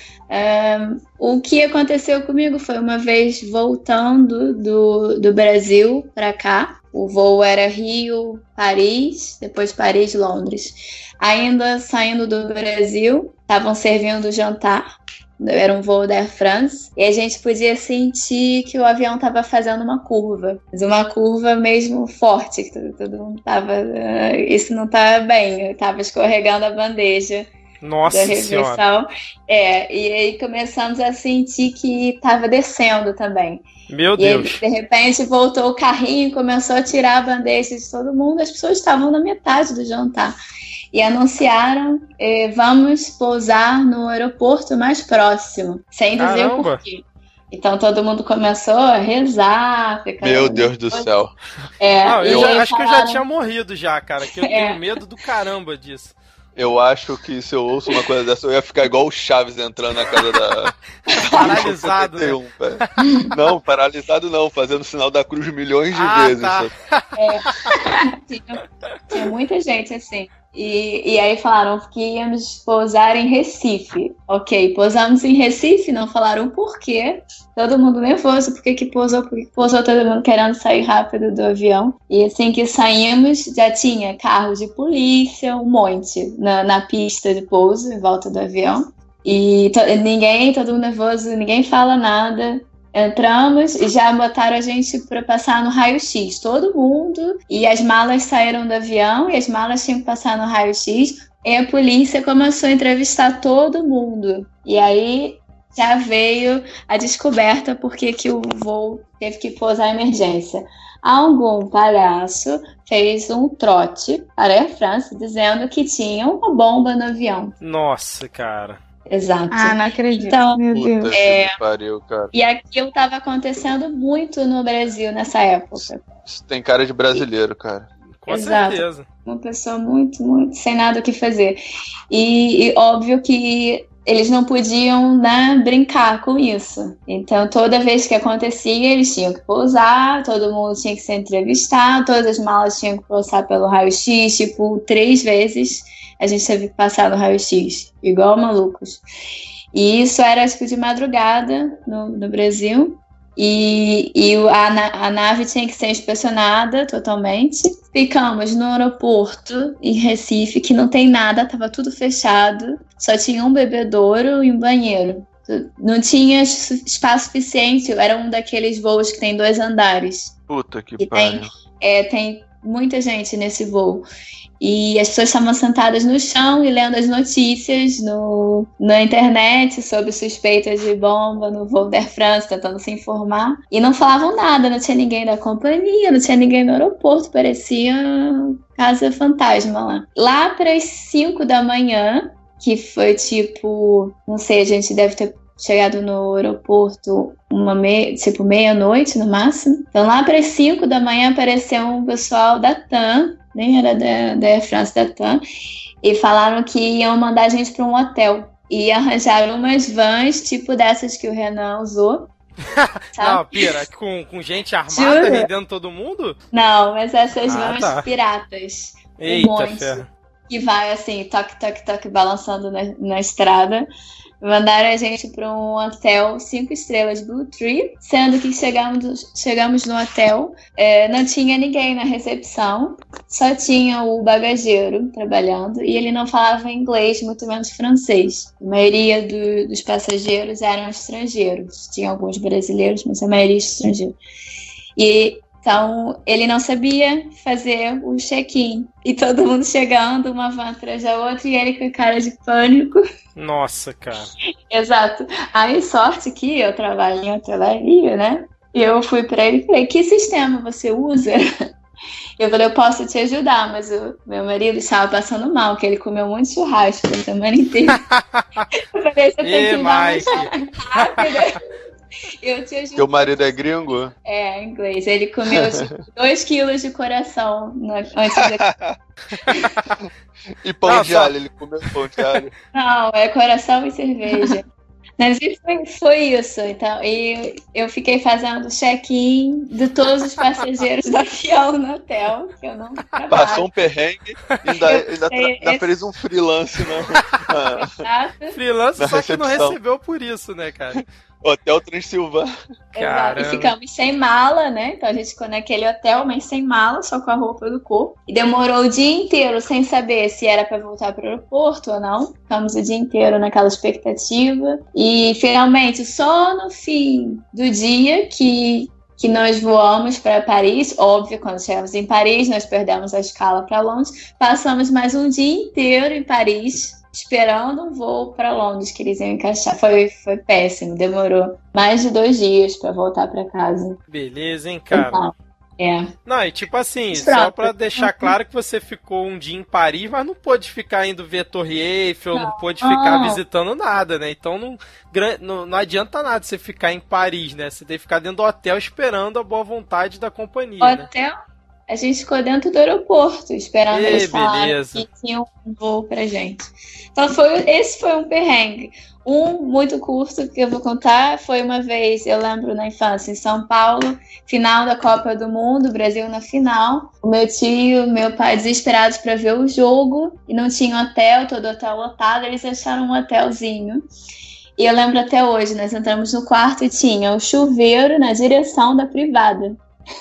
Speaker 2: Um, o que aconteceu comigo foi uma vez voltando do, do Brasil para cá. O voo era Rio, Paris, depois Paris, Londres. Ainda saindo do Brasil, estavam servindo jantar. Era um voo da Air France. E a gente podia sentir que o avião estava fazendo uma curva. Mas uma curva mesmo forte. Que todo, todo mundo tava... Uh, isso não estava bem. Estava escorregando a bandeja.
Speaker 1: Nossa
Speaker 2: da
Speaker 1: Senhora.
Speaker 2: refeição. É, e aí começamos a sentir que estava descendo também.
Speaker 1: Meu
Speaker 2: E
Speaker 1: Deus.
Speaker 2: aí, de repente, voltou o carrinho e começou a tirar a bandeja de todo mundo. As pessoas estavam na metade do jantar. E anunciaram, eh, vamos pousar no aeroporto mais próximo, sem dizer
Speaker 1: Caramba.
Speaker 2: o porquê. Então todo mundo começou a rezar. Ficar...
Speaker 4: Meu Deus do céu.
Speaker 2: É,
Speaker 1: Não, eu
Speaker 2: e
Speaker 1: já,
Speaker 2: aí
Speaker 1: acho que eu já
Speaker 2: falaram-
Speaker 1: tinha morrido já, cara. Que eu
Speaker 2: É.
Speaker 1: tenho medo do caramba disso.
Speaker 4: Eu acho que se eu ouço uma coisa dessa, eu ia ficar igual o Chaves entrando na casa da...
Speaker 1: Paralisado, né?
Speaker 4: cinquenta e um, velho. Não, paralisado não, fazendo o sinal da cruz milhões de
Speaker 1: Ah,
Speaker 4: vezes.
Speaker 1: tá.
Speaker 4: sabe?
Speaker 2: tinha, tinha muita gente assim. E, e aí falaram que íamos pousar em Recife. Ok, pousamos em Recife, não falaram o porquê. Todo mundo nervoso, por que que pousou, por que que pousou, todo mundo querendo sair rápido do avião. E assim que saímos, já tinha carro de polícia, um monte na, na pista de pouso, em volta do avião. E to- ninguém, todo mundo nervoso, ninguém fala nada. Entramos e já botaram a gente para passar no raio-x, todo mundo, e as malas saíram do avião e as malas tinham que passar no raio-x, e a polícia começou a entrevistar todo mundo. E aí já veio a descoberta porque que o voo teve que pousar em emergência. Algum palhaço fez um trote para a Air France dizendo que tinha uma bomba no avião.
Speaker 1: Nossa, cara.
Speaker 2: Exato.
Speaker 3: Ah, não acredito.
Speaker 2: Então,
Speaker 3: Meu
Speaker 4: Puta
Speaker 3: Deus.
Speaker 4: que
Speaker 2: É.
Speaker 4: me pariu, cara.
Speaker 2: E aquilo estava acontecendo muito no Brasil nessa época.
Speaker 4: Isso tem cara de brasileiro, cara.
Speaker 1: Com
Speaker 2: Exato.
Speaker 1: certeza.
Speaker 2: Uma pessoa muito, muito sem nada o que fazer. E, e óbvio que eles não podiam, né, brincar com isso. Então, toda vez que acontecia, eles tinham que pousar, todo mundo tinha que ser entrevistado, todas as malas tinham que passar pelo raio-x, tipo, três vezes a gente teve que passar no raio-x, igual malucos. E isso era, tipo, de madrugada no, no Brasil. E, e a, na- a nave tinha que ser inspecionada totalmente. Ficamos no aeroporto em Recife, que não tem nada, tava tudo fechado. Só tinha um bebedouro e um banheiro. Não tinha su- espaço suficiente. Era um daqueles voos que tem dois andares.
Speaker 4: Puta que
Speaker 2: E
Speaker 4: pariu.
Speaker 2: tem, é, tem muita gente nesse voo. E as pessoas estavam sentadas no chão e lendo as notícias no, na internet sobre suspeitas de bomba no voo da Air France, tentando se informar. E não falavam nada, não tinha ninguém da companhia, não tinha ninguém no aeroporto, parecia casa fantasma lá. Lá para as cinco da manhã, que foi tipo, não sei, a gente deve ter chegado no aeroporto uma me... tipo meia-noite no máximo. Então lá para as cinco da manhã apareceu um pessoal da TAM, nem era da, da Air France, da TAM, e falaram que iam mandar a gente para um hotel. E arranjaram umas vans, tipo dessas que o Renan usou. Sabe?
Speaker 1: Não, pira, com, com gente armada
Speaker 2: Juro?
Speaker 1: rendendo todo mundo?
Speaker 2: Não, mas essas
Speaker 1: Ah,
Speaker 2: vans
Speaker 1: tá.
Speaker 2: piratas. Um
Speaker 1: Eita,
Speaker 2: monte.
Speaker 1: ferro.
Speaker 2: Que vai assim, toque, toque, toque, balançando na, na estrada. Mandaram a gente para um hotel cinco estrelas Blue Tree, sendo que chegamos, chegamos no hotel, é, não tinha ninguém na recepção, só tinha o bagageiro trabalhando e ele não falava inglês, muito menos francês. A maioria do, dos passageiros eram estrangeiros, tinha alguns brasileiros, mas a maioria estrangeira. E então, ele não sabia fazer o check-in. E todo mundo chegando, uma van atrás da outra, e ele com cara de pânico.
Speaker 1: Nossa, cara.
Speaker 2: Exato. Aí, sorte que eu trabalho em hotelaria, né? E eu fui pra ele e falei, que sistema você usa? Eu falei, eu posso te ajudar, mas o meu marido estava passando mal, que ele comeu muito churrasco a semana inteira. Eu falei, você tem
Speaker 1: Ê,
Speaker 2: que dar uma
Speaker 1: Mike.
Speaker 2: chave rápida. Eu te ajudo.
Speaker 4: Teu marido é gringo?
Speaker 2: É, em inglês. Ele comeu tipo, dois quilos de coração na- antes de...
Speaker 4: E pão
Speaker 1: Não,
Speaker 4: de
Speaker 1: só-
Speaker 4: alho, ele comeu pão de alho.
Speaker 2: Não, é coração e cerveja. Mas isso foi, foi isso. Então, e eu fiquei fazendo check-in de todos os passageiros do avião no hotel, que eu não trabalho.
Speaker 4: Passou um perrengue e ainda,
Speaker 2: Eu
Speaker 4: ainda,
Speaker 2: sei,
Speaker 4: ainda
Speaker 2: esse-
Speaker 4: fez um freelance, né? Ah,
Speaker 2: Exato.
Speaker 1: Freelancer,
Speaker 4: Na
Speaker 1: só que não
Speaker 4: recepção.
Speaker 1: recebeu por isso, né, cara?
Speaker 4: Hotel Transilvânia.
Speaker 2: Exato.
Speaker 1: Caramba.
Speaker 2: E ficamos sem mala, né? Então a gente ficou naquele hotel, mas sem mala, só com a roupa do corpo. E demorou o dia inteiro sem saber se era para voltar para o aeroporto ou não. Ficamos o dia inteiro naquela expectativa. E finalmente, só no fim do dia que, que nós voamos para Paris. Óbvio, quando chegamos em Paris, nós perdemos a escala para Londres. Passamos mais um dia inteiro em Paris, esperando um voo para Londres que eles iam encaixar. Foi, foi péssimo, demorou mais de dois dias para voltar para casa.
Speaker 1: Beleza, hein, cara?
Speaker 2: Então, é.
Speaker 1: Não, e tipo assim,
Speaker 2: Pronto.
Speaker 1: só pra deixar claro que você ficou um dia em Paris, mas não pôde ficar indo ver Torre Eiffel, não, não pôde ficar
Speaker 2: Não.
Speaker 1: visitando nada, né? Então não, gran- não, não adianta nada você ficar em Paris, né? Você tem que ficar dentro do hotel esperando a boa vontade da companhia, né?
Speaker 2: Hotel, a gente ficou dentro do aeroporto, esperando
Speaker 1: Ê,
Speaker 2: eles falarem
Speaker 1: beleza.
Speaker 2: que tinha um voo pra gente. Então foi, esse foi um perrengue. Um muito curto que eu vou contar foi uma vez, eu lembro na infância, em São Paulo, final da Copa do Mundo, Brasil na final. O meu tio, meu pai desesperados para ver o jogo e não tinha hotel, todo hotel lotado, eles acharam um hotelzinho. E eu lembro até hoje, nós entramos no quarto e tinha o chuveiro na direção da privada.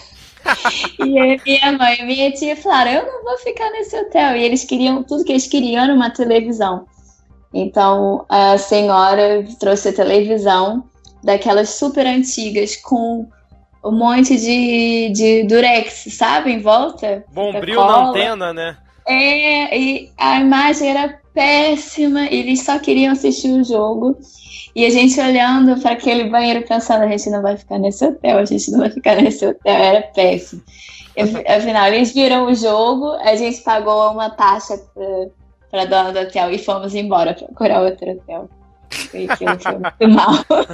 Speaker 2: E a minha mãe e minha tia falaram, eu não vou ficar nesse hotel. E eles queriam, tudo que eles queriam era uma televisão. Então a senhora trouxe a televisão daquelas super antigas com um monte de, de durex, sabe, em volta.
Speaker 1: Bombril na antena, né?
Speaker 2: É, e a imagem era péssima, eles só queriam assistir o jogo. E a gente olhando para aquele banheiro pensando, a gente não vai ficar nesse hotel, a gente não vai ficar nesse hotel, era péssimo. E, afinal, eles viram o jogo, a gente pagou uma taxa para dona do hotel e fomos embora procurar outro hotel. E aquilo foi muito mal.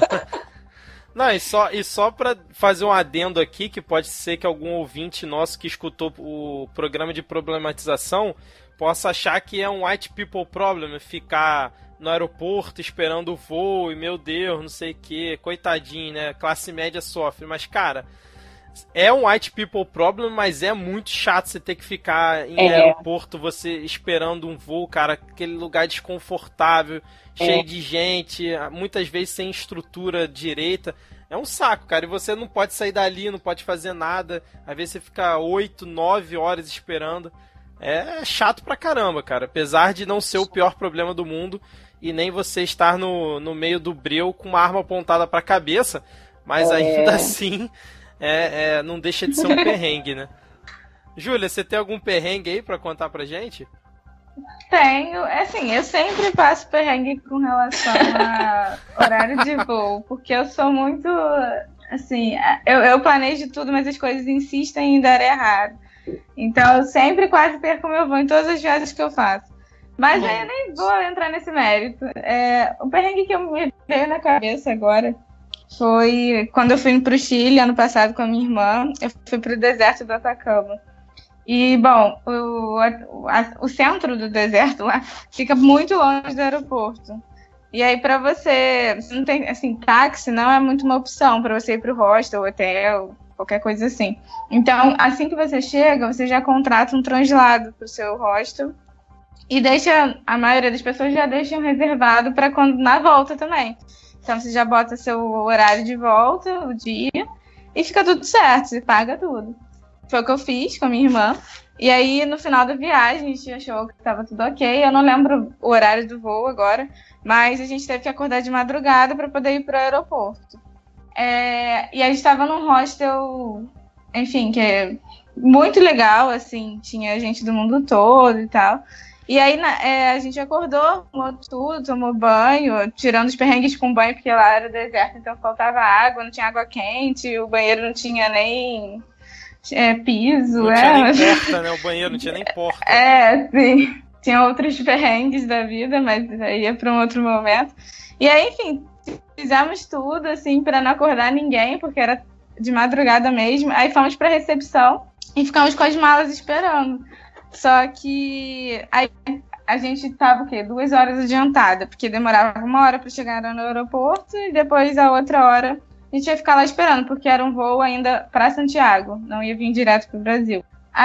Speaker 1: Não, e só, e só pra fazer um adendo aqui, que pode ser que algum ouvinte nosso que escutou o programa de problematização possa achar que é um white people problem ficar no aeroporto esperando o voo e, meu Deus, não sei o que, coitadinho, né? Classe média sofre. Mas, cara, é um white people problem, mas é muito chato você ter que ficar em
Speaker 2: É.
Speaker 1: aeroporto, você esperando um voo, cara, aquele lugar desconfortável, cheio
Speaker 2: É.
Speaker 1: de gente, muitas vezes sem estrutura direita. É um saco, cara, e você não pode sair dali, não pode fazer nada. Às vezes você fica oito, nove horas esperando. É chato pra caramba, cara. Apesar de não ser o pior problema do mundo e nem você estar no, no meio do breu com uma arma apontada pra cabeça, mas é. ainda assim é, é, não deixa de ser um perrengue, né? Júlia, você tem algum perrengue aí pra contar pra gente?
Speaker 3: Tenho, assim, eu sempre passo perrengue com relação a horário de voo, porque eu sou muito, assim, eu, eu planejo tudo, mas as coisas insistem em dar errado. Então eu sempre quase perco meu voo em todas as viagens que eu faço. Mas aí eu nem vou entrar nesse mérito. É, o perrengue que eu me veio na cabeça agora foi quando eu fui pro Chile ano passado com a minha irmã, eu fui pro deserto do Atacama. E, bom, o, a, o centro do deserto lá fica muito longe do aeroporto. E aí, pra você, você não tem, assim, táxi não é muito uma opção pra você ir pro hostel, hotel, qualquer coisa assim. Então, assim que você chega, você já contrata um translado pro seu hostel e deixa, a maioria das pessoas já deixam reservado pra quando, na volta também. Então, você já bota seu horário de volta, o dia, e fica tudo certo, você paga tudo. Foi o que eu fiz com a minha irmã. E aí, no final da viagem, a gente achou que estava tudo ok. Eu não lembro o horário do voo agora, mas a gente teve que acordar de madrugada para poder ir para o aeroporto. É, e a gente estava num hostel, enfim, que é muito legal, assim, tinha gente do mundo todo e tal. E aí, é, a gente acordou, tomou tudo, tomou banho, tirando os perrengues com banho, porque lá era deserto, então faltava água, não tinha água quente, o banheiro não tinha nem... É, piso,
Speaker 1: não
Speaker 3: é.
Speaker 1: tinha nem porta, né? O banheiro não tinha nem porta.
Speaker 3: É, sim. Tinha outros perrengues da vida, mas aí é para um outro momento. E aí, enfim, fizemos tudo, assim, para não acordar ninguém, porque era de madrugada mesmo. Aí fomos para a recepção e ficamos com as malas esperando. Só que aí a gente tava, o quê? Duas horas adiantada, porque demorava uma hora para chegar no aeroporto e depois a outra hora a gente ia ficar lá esperando, porque era um voo ainda para Santiago, não ia vir direto para o Brasil.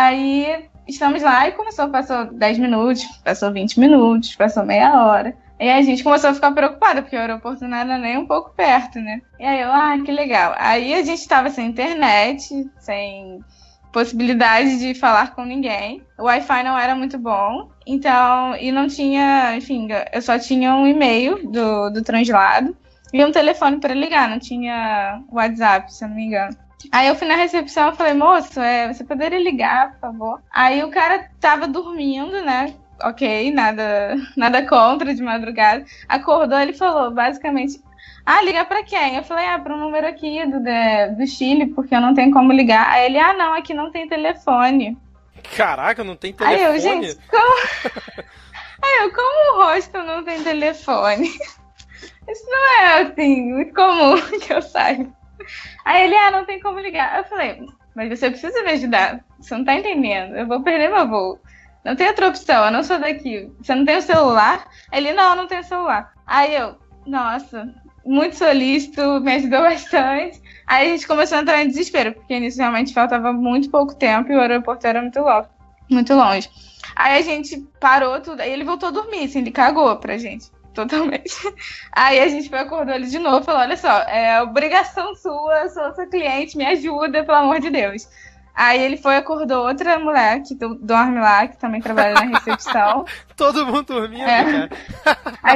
Speaker 3: Aí estamos lá e começou, passou dez minutos, passou vinte minutos, passou meia hora. E aí a gente começou a ficar preocupada, porque o aeroporto não era nem um pouco perto, né? E aí eu, ah, que legal. Aí a gente estava sem internet, sem possibilidade de falar com ninguém. O Wi-Fi não era muito bom, então, e não tinha, enfim, eu só tinha um e-mail do, do translado e um telefone para ligar, não tinha WhatsApp, se eu não me engano. Aí eu fui na recepção e falei, moço, é, você poderia ligar, por favor? Aí o cara tava dormindo, né? Ok, nada, nada contra de madrugada. Acordou, ele falou, basicamente, ah, liga pra quem? Eu falei, ah, para um número aqui do, de, do Chile, porque eu não tenho como ligar. Aí ele, ah, não, aqui não tem telefone.
Speaker 1: Caraca, não tem telefone?
Speaker 3: Aí eu, gente, como... Aí eu, como o hostel não tem telefone? Isso não é, assim, muito comum que eu saiba. Aí ele, ah, não tem como ligar. Eu falei, mas você precisa me ajudar. Você não tá entendendo. Eu vou perder meu voo. Não tem outra opção, eu não sou daqui. Você não tem o celular? Ele, não, eu não tenho celular. Aí eu, nossa, muito solícito, me ajudou bastante. Aí a gente começou a entrar em desespero, porque nisso realmente faltava muito pouco tempo e o aeroporto era muito longe. Muito longe. Aí a gente parou tudo, aí ele voltou a dormir, assim, ele cagou pra gente. Totalmente. Aí a gente foi, acordou ele de novo e falou, olha só, é obrigação sua, sou sua cliente, me ajuda, pelo amor de Deus. Aí ele foi, acordou outra mulher que dorme lá, que também trabalha na recepção.
Speaker 1: Todo mundo dormindo,
Speaker 3: é.
Speaker 1: cara.
Speaker 3: Aí,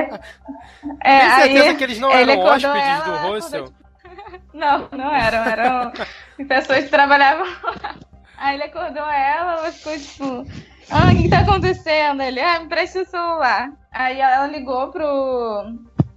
Speaker 3: é,
Speaker 1: Tem certeza
Speaker 3: aí,
Speaker 1: que eles não eram hóspedes
Speaker 3: ela,
Speaker 1: do hostel?
Speaker 3: Acordou... Não, não eram, eram pessoas que trabalhavam lá. Aí ele acordou ela, ela ficou tipo... Ah, o que, que tá acontecendo? Ele, ah, me presta o celular. Aí ela ligou pro,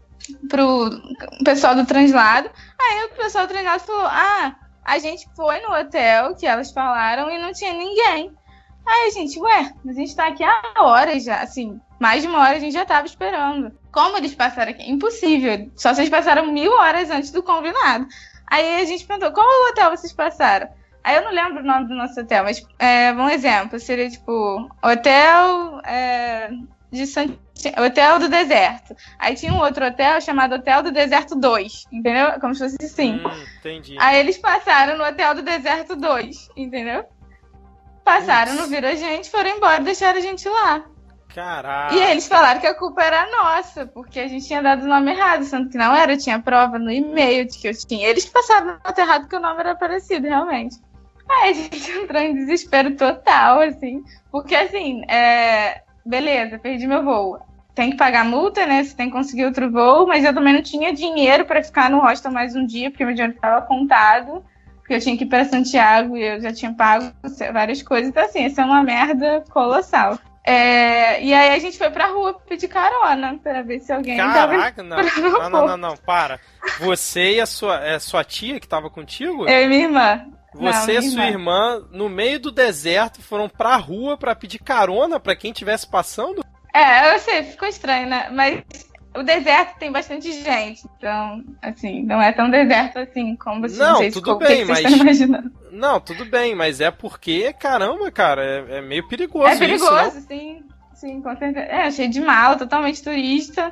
Speaker 3: pro pessoal do translado. Aí o pessoal do translado falou, ah, a gente foi no hotel que elas falaram e não tinha ninguém. Aí a gente, ué, mas a gente tá aqui há horas já, assim, mais de uma hora a gente já tava esperando. Como eles passaram aqui? Impossível, só vocês passaram mil horas antes do combinado. Aí a gente perguntou, qual hotel vocês passaram? Aí eu não lembro o nome do nosso hotel, mas é, um exemplo, seria tipo, hotel é, de Sant... Hotel do Deserto. Aí tinha um outro hotel chamado Hotel do Deserto dois, entendeu? Como se fosse assim.
Speaker 1: Hum, entendi.
Speaker 3: Aí eles passaram no Hotel do Deserto dois, entendeu? Passaram,
Speaker 1: Ups.
Speaker 3: não viram a gente, foram embora, deixaram a gente lá.
Speaker 1: Caraca.
Speaker 3: E eles falaram que a culpa era nossa, porque a gente tinha dado o nome errado, sendo que não era, eu tinha prova no e-mail de que eu tinha. Eles que passaram no nome errado porque o nome era parecido, realmente. Aí a gente entrou em desespero total, assim, porque assim, é... beleza, perdi meu voo. Tem que pagar multa, né? Você tem que conseguir outro voo, mas eu também não tinha dinheiro pra ficar no hostel mais um dia, porque meu dinheiro estava contado, porque eu tinha que ir pra Santiago e eu já tinha pago várias coisas. Então, assim, isso é uma merda colossal. É, e aí a gente foi pra rua pedir carona pra ver se alguém
Speaker 1: Caraca,
Speaker 3: tava
Speaker 1: não. Não, não, não, não, para. Você e a sua, é, sua tia que tava contigo?
Speaker 3: Eu e minha irmã.
Speaker 1: Você
Speaker 3: não,
Speaker 1: e sua irmã. irmã, no meio do deserto, foram pra rua pra pedir carona pra quem estivesse passando?
Speaker 3: É, eu sei, ficou estranho, né? Mas o deserto tem bastante gente, então, assim, não é tão deserto assim como você
Speaker 1: não,
Speaker 3: não sei
Speaker 1: tudo
Speaker 3: se
Speaker 1: bem,
Speaker 3: que
Speaker 1: mas
Speaker 3: vocês estão imaginando.
Speaker 1: Não, tudo bem, mas é porque, caramba, cara, é, é meio perigoso.
Speaker 3: É perigoso,
Speaker 1: isso,
Speaker 3: sim, sim, com certeza. É, cheio de mala, totalmente turista,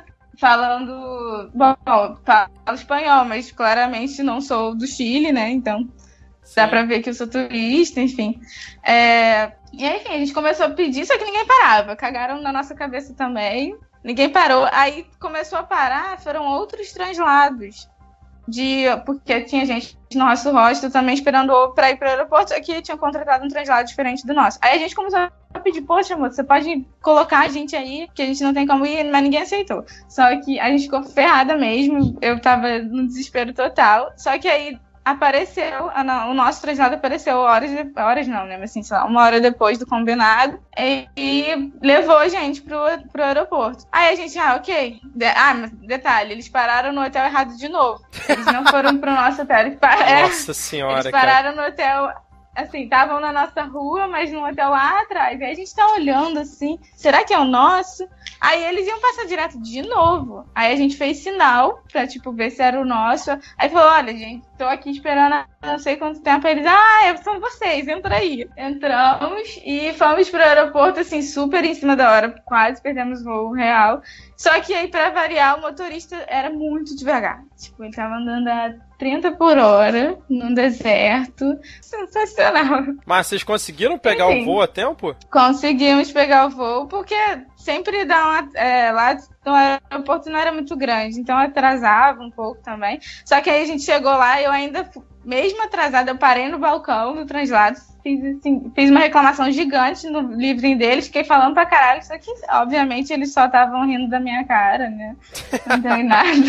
Speaker 3: falando, bom, falo espanhol, mas claramente não sou do Chile, né? Então sim. Dá pra ver que eu sou turista, enfim. É... E aí, enfim, a gente começou a pedir, só que ninguém parava. Cagaram na nossa cabeça também. Ninguém parou. Aí começou a parar, foram outros translados. De... Porque tinha gente no nosso hostel também esperando pra ir pro aeroporto. Aqui tinha contratado um translado diferente do nosso. Aí a gente começou a pedir, poxa, moço, você pode colocar a gente aí, que a gente não tem como ir, mas ninguém aceitou. Só que a gente ficou ferrada mesmo. Eu tava no desespero total. Só que aí apareceu, o nosso translado apareceu horas, horas não, né, mas assim, sei lá, uma hora depois do combinado, e, e levou a gente pro, pro aeroporto. Aí a gente, ah, ok. De, ah, mas detalhe, eles pararam no hotel errado de novo. Eles não foram pro nosso hotel. Eles par...
Speaker 1: Nossa senhora,
Speaker 3: eles pararam cara. no hotel, assim, estavam na nossa rua, mas no hotel lá atrás. Aí a gente tá olhando assim, será que é o nosso? Aí eles iam passar direto de novo. Aí a gente fez sinal pra, tipo, ver se era o nosso. Aí falou, olha, gente, tô aqui esperando há não sei quanto tempo. Aí eles, ah, são vocês, entra aí. Entramos e fomos pro aeroporto, assim, super em cima da hora. Quase perdemos voo real. Só que aí, pra variar, o motorista era muito devagar. Tipo, ele tava andando a trinta por hora, num deserto. Sensacional.
Speaker 1: Mas vocês conseguiram pegar Enfim, o voo a tempo?
Speaker 3: Conseguimos pegar o voo, porque sempre dá uma... É, lá no aeroporto não era muito grande, então atrasava um pouco também. Só que aí a gente chegou lá e eu ainda, mesmo atrasada, eu parei no balcão do translado, fiz, assim, fiz uma reclamação gigante no livrinho deles, fiquei falando pra caralho, só que, obviamente, eles só estavam rindo da minha cara, né? Não tem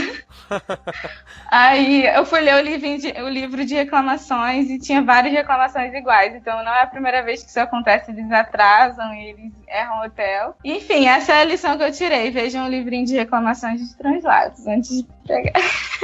Speaker 3: nada. Aí eu fui ler o, livrinho de, o livro de reclamações e tinha várias reclamações iguais, então não é a primeira vez que isso acontece, eles atrasam e eles erram o hotel. Enfim, essa é a lição que eu tirei, vejam o livrinho de reclamações de translados antes de pegar.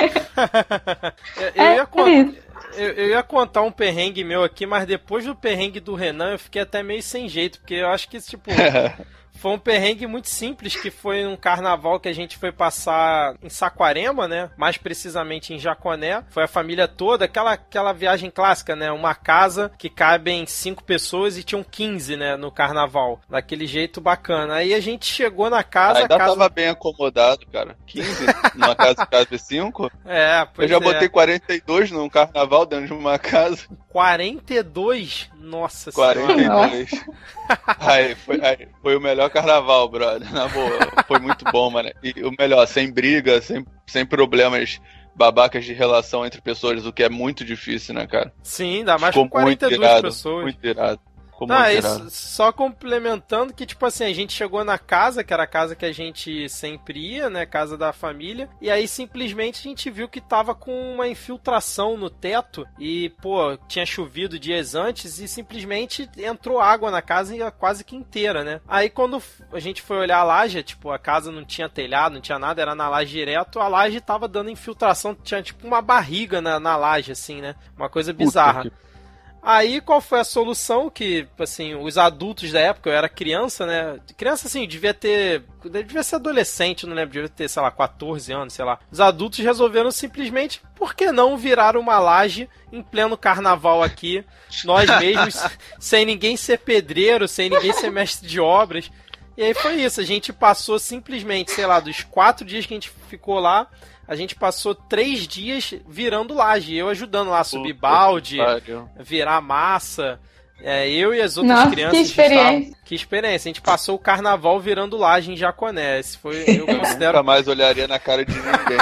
Speaker 1: eu, eu, é ia contar, eu, eu ia contar um perrengue meu aqui, mas depois do perrengue do Renan eu fiquei até meio sem jeito, porque eu acho que tipo... Foi um perrengue muito simples, que foi um carnaval que a gente foi passar em Saquarema, né? Mais precisamente em Jaconé. Foi a família toda, aquela, aquela viagem clássica, né? Uma casa que cabem cinco pessoas e tinham quinze, né? No carnaval. Daquele jeito bacana. Aí a gente chegou na casa...
Speaker 4: Ainda
Speaker 1: casa...
Speaker 4: tava bem acomodado, cara. quinze numa casa que cabe cinco?
Speaker 1: É, pois é.
Speaker 4: Eu já botei quarenta e dois num carnaval dentro de uma casa.
Speaker 1: quarenta e dois? Nossa
Speaker 4: quarenta e dois.
Speaker 1: Senhora.
Speaker 4: Aí, foi, aí, foi o melhor carnaval, brother. Na boa, foi muito bom, mano. E o melhor, sem briga, sem, sem problemas babacas de relação entre pessoas, o que é muito difícil, né, cara?
Speaker 1: Sim, ainda mais
Speaker 4: Ficou
Speaker 1: com quarenta e duas
Speaker 4: irado,
Speaker 1: pessoas.
Speaker 4: Muito irado.
Speaker 1: Não, isso, só complementando que, tipo assim, a gente chegou na casa, que era a casa que a gente sempre ia, né, casa da família, e aí simplesmente a gente viu que tava com uma infiltração no teto e, pô, tinha chovido dias antes e simplesmente entrou água na casa quase que inteira, né. Aí quando a gente foi olhar a laje, tipo, a casa não tinha telhado, não tinha nada, era na laje direto, a laje tava dando infiltração, tinha tipo uma barriga na, na laje, assim, né, uma coisa bizarra. Puta que... Aí, qual foi a solução? Que, assim, os adultos da época, eu era criança, né? Criança, assim, devia ter... Devia ser adolescente, não lembro. Devia ter, sei lá, quatorze anos, sei lá. Os adultos resolveram simplesmente, por que não virar uma laje em pleno carnaval aqui? Nós mesmos, sem ninguém ser pedreiro, sem ninguém ser mestre de obras. E aí foi isso. A gente passou simplesmente, sei lá, dos quatro dias que a gente ficou lá... A gente passou três dias virando laje, eu ajudando lá a subir balde, virar massa, É, eu e as outras
Speaker 3: Nossa,
Speaker 1: crianças
Speaker 3: que experiência.
Speaker 1: estavam... Que experiência. A gente passou o carnaval virando laje em Jaconé. Esse foi, eu considero...
Speaker 4: Nunca mais olharia na cara de ninguém.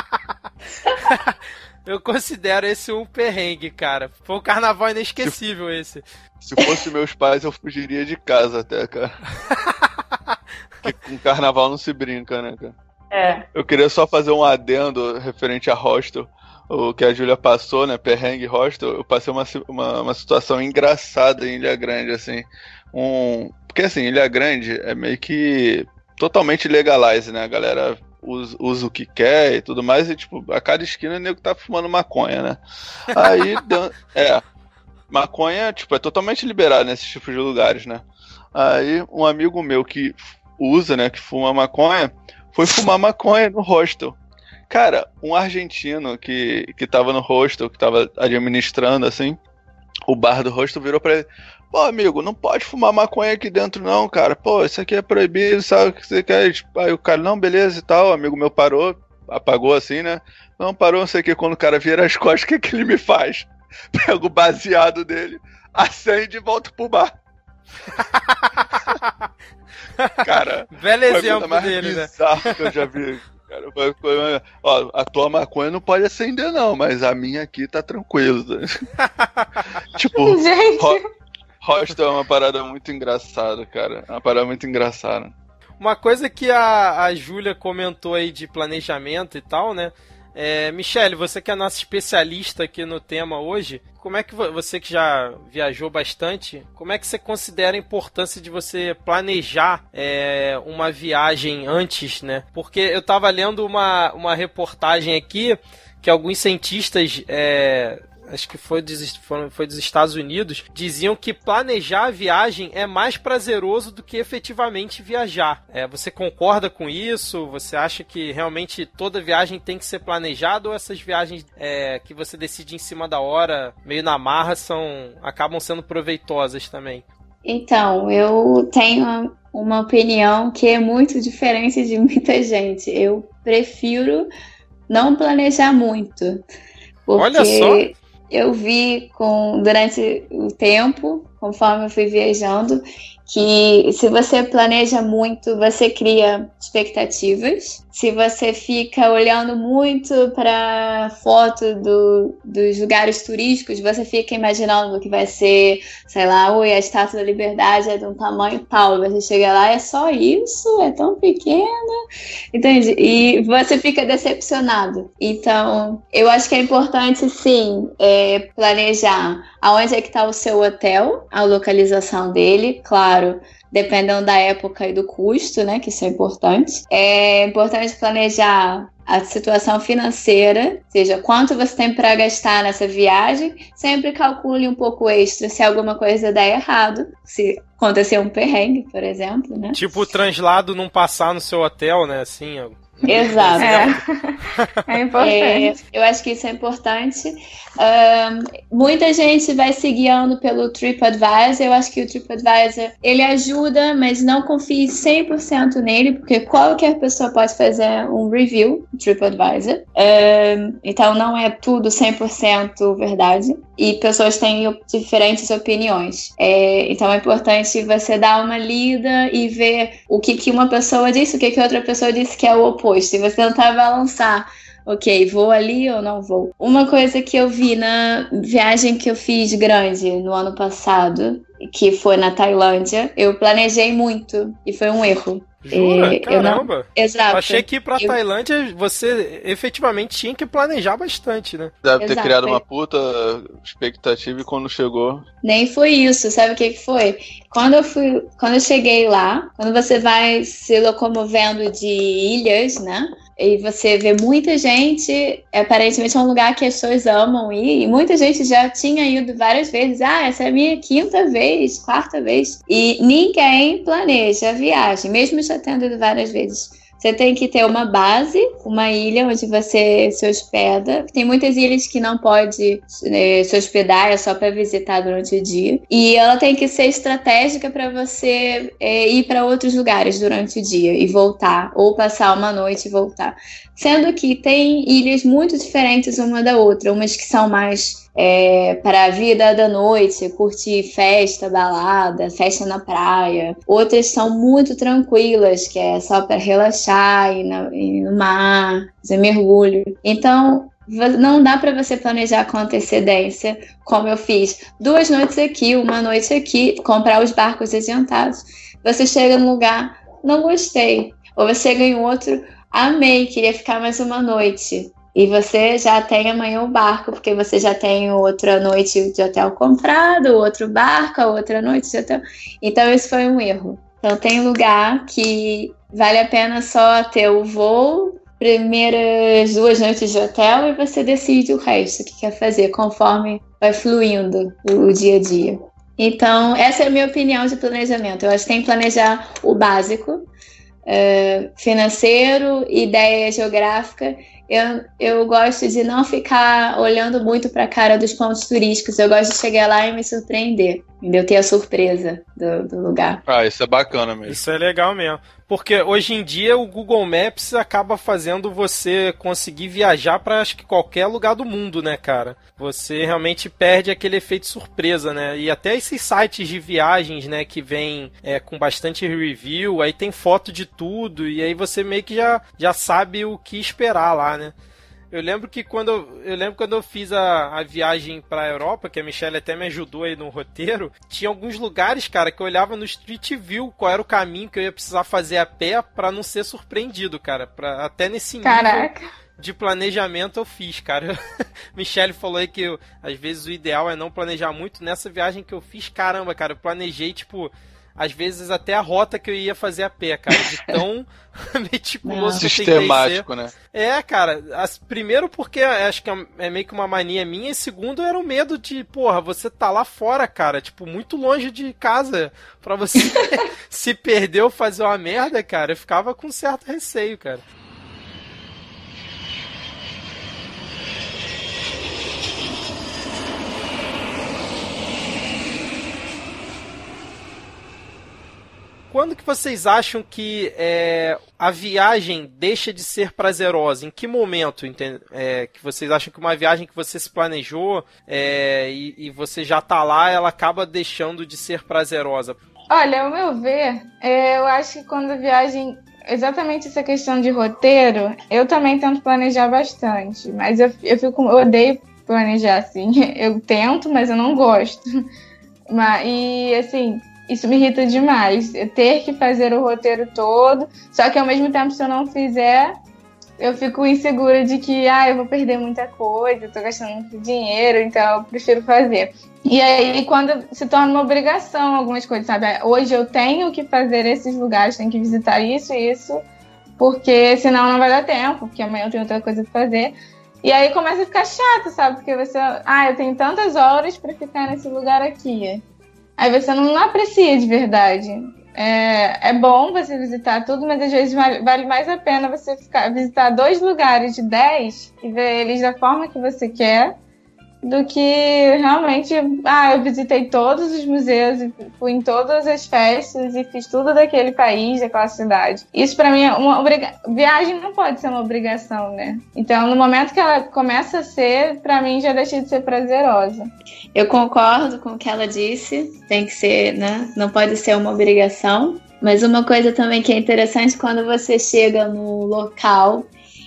Speaker 1: Eu considero esse um perrengue, cara. Foi um carnaval inesquecível se, esse.
Speaker 4: Se fosse meus pais, eu fugiria de casa até, cara. Porque com carnaval não se brinca, né, cara?
Speaker 2: É.
Speaker 4: Eu queria só fazer um adendo referente a hostel. O que a Júlia passou, né, perrengue hostel, eu passei uma, uma, uma situação engraçada em Ilha Grande, assim, um... porque assim, Ilha Grande é meio que totalmente legalize, né, a galera usa, usa o que quer e tudo mais, e tipo, a cada esquina o nego tá fumando maconha, né, aí, é, maconha, tipo, é totalmente liberado nesses tipos de lugares, né, aí um amigo meu que usa, né, que fuma maconha, foi fumar maconha no hostel. Cara, um argentino que, que tava no hostel, que tava administrando, assim, o bar do hostel virou pra ele: pô, amigo, não pode fumar maconha aqui dentro não, cara. Pô, isso aqui é proibido, sabe o que você quer? Aí o cara, não, beleza e tal, o amigo meu parou, apagou assim, né? Não, parou, não sei o que, quando o cara vira as costas, o que que ele me faz? Pega o baseado dele, acende e volta pro bar. Cara,
Speaker 1: velho exemplo dele, né?
Speaker 4: Que eu já vi. Cara, ó, a tua maconha não pode acender não, mas a minha aqui tá tranquilo. Tipo, ho- hostel é uma parada muito engraçada, cara. É uma parada muito engraçada.
Speaker 1: Uma coisa que a, a Júlia comentou aí de planejamento e tal, né? É, Michele, você que é a nossa especialista aqui no tema hoje, como é que você que já viajou bastante, como é que você considera a importância de você planejar é, uma viagem antes, né? Porque eu tava lendo uma, uma reportagem aqui que alguns cientistas, é, acho que foi dos, foi dos Estados Unidos, diziam que planejar a viagem é mais prazeroso do que efetivamente viajar. É, você concorda com isso? Você acha que realmente toda viagem tem que ser planejada, ou essas viagens é, que você decide em cima da hora, meio na marra, são, acabam sendo proveitosas também?
Speaker 2: Então, eu tenho uma opinião que é muito diferente de muita gente. Eu prefiro não planejar muito. Porque...
Speaker 1: Olha só!
Speaker 2: Eu vi com, durante o tempo, conforme eu fui viajando, que se você planeja muito, você cria expectativas. Se você fica olhando muito para foto do, dos lugares turísticos, você fica imaginando o que vai ser, sei lá, ui, a Estátua da Liberdade é de um tamanho tal. Você chega lá, é só isso? É tão pequena? Entende? E você fica decepcionado. Então, eu acho que é importante, sim, é, planejar aonde é que está o seu hotel, a localização dele, claro, dependendo da época e do custo, né, que isso é importante. É importante planejar a situação financeira, ou seja, quanto você tem para gastar nessa viagem. Sempre calcule um pouco extra se alguma coisa der errado, se acontecer um perrengue, por exemplo, né?
Speaker 1: Tipo o translado não passar no seu hotel, né, assim...
Speaker 2: Exato.
Speaker 3: É, é importante.
Speaker 2: É, eu acho que isso é importante. Um, muita gente vai se guiando pelo TripAdvisor. Eu acho que o TripAdvisor, ele ajuda, mas não confie cem por cento nele, porque qualquer pessoa pode fazer um review do TripAdvisor. Um, então não é tudo cem por cento verdade. E pessoas têm diferentes opiniões. É, então é importante você dar uma lida e ver o que, que uma pessoa disse, o que, que outra pessoa disse que é o oposto. E você tentar balançar, ok, vou ali ou não vou. Uma coisa que eu vi na viagem que eu fiz grande no ano passado, que foi na Tailândia, eu planejei muito e foi um erro.
Speaker 1: Jura?
Speaker 2: É,
Speaker 1: Caramba!
Speaker 2: Eu não... Exato.
Speaker 1: Eu achei que ir pra
Speaker 2: eu...
Speaker 1: Tailândia você efetivamente tinha que planejar bastante, né?
Speaker 4: Deve ter
Speaker 2: Exato.
Speaker 4: criado uma puta expectativa e quando chegou...
Speaker 2: Nem foi isso, sabe o que que foi? Quando eu fui, quando eu cheguei lá, quando você vai se locomovendo de ilhas, né? E você vê muita gente, aparentemente é um lugar que as pessoas amam ir, e muita gente já tinha ido várias vezes. Ah, essa é a minha quinta vez, quarta vez. E ninguém planeja a viagem, mesmo já tendo ido várias vezes. Você tem que ter uma base, uma ilha onde você se hospeda. Tem muitas ilhas que não pode né, se hospedar, é só para visitar durante o dia. E ela tem que ser estratégica para você é, ir para outros lugares durante o dia e voltar, ou passar uma noite e voltar. Sendo que tem ilhas muito diferentes uma da outra, umas que são mais é, para a vida da noite, curtir festa, balada, festa na praia. Outras são muito tranquilas, que é só para relaxar, ir, na, ir no mar, fazer mergulho. Então, não dá para você planejar com antecedência, como eu fiz. Duas noites aqui, uma noite aqui, comprar os barcos adiantados. Você chega num lugar, não gostei. Ou você chega em outro, amei, queria ficar mais uma noite. E você já tem amanhã o barco, porque você já tem outra noite de hotel comprado, outro barco, outra noite de hotel. Então, esse foi um erro. Então, tem lugar que vale a pena só ter o voo, primeiras duas noites de hotel, e você decide o resto, o que quer fazer, conforme vai fluindo o dia a dia. Então, essa é a minha opinião de planejamento. Eu acho que tem que planejar o básico, uh, financeiro, ideia geográfica. Eu, eu gosto de não ficar olhando muito para a cara dos pontos turísticos. Eu gosto de chegar lá e me surpreender, entendeu? Ter a surpresa do, do lugar.
Speaker 4: Ah, isso é bacana mesmo.
Speaker 1: Isso é legal mesmo. Porque hoje em dia o Google Maps acaba fazendo você conseguir viajar para acho que qualquer lugar do mundo, né, cara? Você realmente perde aquele efeito surpresa, né? E até esses sites de viagens, né, que vem é, com bastante review, aí tem foto de tudo, e aí você meio que já, já sabe o que esperar lá, né? Eu lembro que quando eu, eu lembro quando eu fiz a, a viagem pra Europa, que a Michelle até me ajudou aí no roteiro, tinha alguns lugares, cara, que eu olhava no Street View qual era o caminho que eu ia precisar fazer a pé pra não ser surpreendido, cara. Pra, até nesse nível
Speaker 3: Caraca.
Speaker 1: de planejamento eu fiz, cara. Michelle falou aí que eu, às vezes o ideal é não planejar muito. Nessa viagem que eu fiz, caramba, cara, eu planejei, tipo... às vezes até a rota que eu ia fazer a pé, cara, de tão meticuloso que eu
Speaker 4: sistemático, né?
Speaker 1: É, cara, as, primeiro porque acho que é meio que uma mania minha, e segundo era o medo de, porra, você tá lá fora, cara, tipo, muito longe de casa, pra você se perder ou fazer uma merda, cara, eu ficava com certo receio, cara. Quando que vocês acham que é, a viagem deixa de ser prazerosa? Em que momento entende, é, que vocês acham que uma viagem que você se planejou é, e, e você já tá lá, ela acaba deixando de ser prazerosa?
Speaker 3: Olha, ao meu ver, é, eu acho que quando a viagem... exatamente essa questão de roteiro, eu também tento planejar bastante. Mas eu, eu, fico, eu odeio planejar, assim. Eu tento, mas eu não gosto. Mas, e, assim... isso me irrita demais, eu ter que fazer o roteiro todo, só que ao mesmo tempo, se eu não fizer, eu fico insegura de que, ah, eu vou perder muita coisa, eu tô gastando muito dinheiro, então eu prefiro fazer. E aí, quando se torna uma obrigação algumas coisas, sabe? Hoje eu tenho que fazer esses lugares, tenho que visitar isso e isso, porque senão não vai dar tempo, porque amanhã eu tenho outra coisa pra fazer. E aí começa a ficar chato, sabe? Porque você, ah, eu tenho tantas horas pra ficar nesse lugar aqui. Aí você não, não aprecia de verdade. É, é bom você visitar tudo, mas às vezes vale, vale mais a pena você ficar, visitar dois lugares de dez e ver eles da forma que você quer, do que realmente, ah, eu visitei todos os museus, fui em todas as festas e fiz tudo daquele país, daquela cidade. Isso pra mim é uma obrigação. Viagem não pode ser uma obrigação, né? Então, no momento que ela começa a ser, pra mim já deixa de ser prazerosa.
Speaker 2: Eu concordo com o que ela disse, tem que ser, né? Não pode ser uma obrigação. Mas uma coisa também que é interessante, quando você chega no local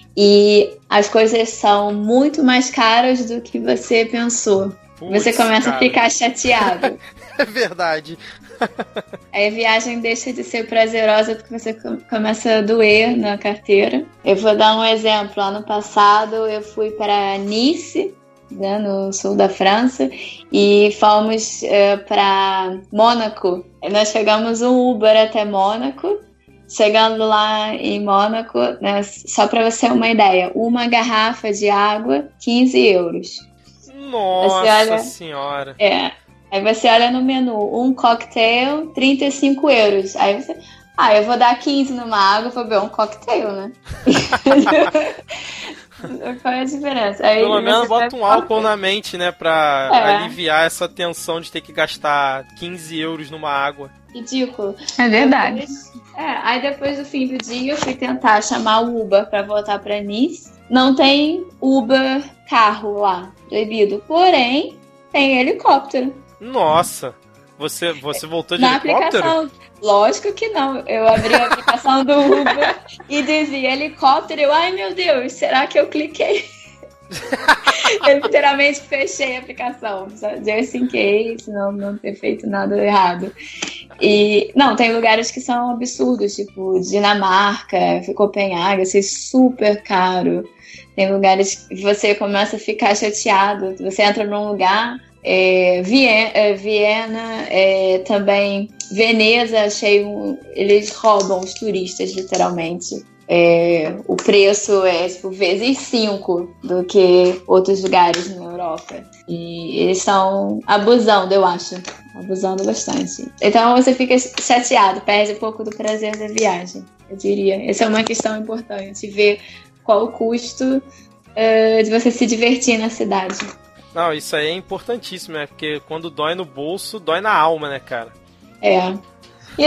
Speaker 2: e as coisas são muito mais caras do que você pensou. Puts, você começa cara. a ficar chateado.
Speaker 1: É verdade.
Speaker 2: Aí a viagem deixa de ser prazerosa porque você começa a doer na carteira. Eu vou dar um exemplo. Ano passado eu fui para Nice, né, no sul da França, e fomos uh, para Mônaco. Nós chegamos um Uber até Mônaco. Chegando lá em Mônaco, né, só para você ter uma ideia, uma garrafa de água, quinze euros.
Speaker 1: Nossa olha, senhora!
Speaker 2: É, aí você olha no menu, um cocktail, trinta e cinco euros. Aí você, ah, eu vou dar quinze numa água, vou beber um cocktail, né? Qual é a diferença? Aí
Speaker 1: pelo menos bota um álcool na mente, né, pra é. aliviar essa tensão de ter que gastar quinze euros numa água.
Speaker 2: Ridículo.
Speaker 3: É verdade.
Speaker 2: Depois, é, aí depois do fim do dia eu fui tentar chamar o Uber pra voltar pra Nice. Não tem Uber carro lá. proibido. Porém, tem helicóptero.
Speaker 1: Nossa! Você, você voltou de
Speaker 2: Na
Speaker 1: helicóptero?
Speaker 2: aplicação. Lógico que não. Eu abri a aplicação do Uber e dizia helicóptero. Eu, ai meu Deus, será que eu cliquei? Eu literalmente fechei a aplicação, just in case, não, não ter feito nada errado. E, não, tem lugares que são absurdos, tipo Dinamarca, Copenhague, assim, super caro. Tem lugares que você começa a ficar chateado, você entra num lugar, é, Viena, é, Viena é, também Veneza, achei um, eles roubam os turistas, literalmente. É, o preço é tipo vezes cinco do que outros lugares na Europa. E eles estão abusando, eu acho. Abusando bastante. Então você fica chateado, perde um pouco do prazer da viagem, eu diria. Essa é uma questão importante, ver qual o custo uh, de você se divertir na cidade.
Speaker 1: Não, isso aí é importantíssimo, né? Porque quando dói no bolso, dói na alma, né, cara?
Speaker 2: É.
Speaker 3: E,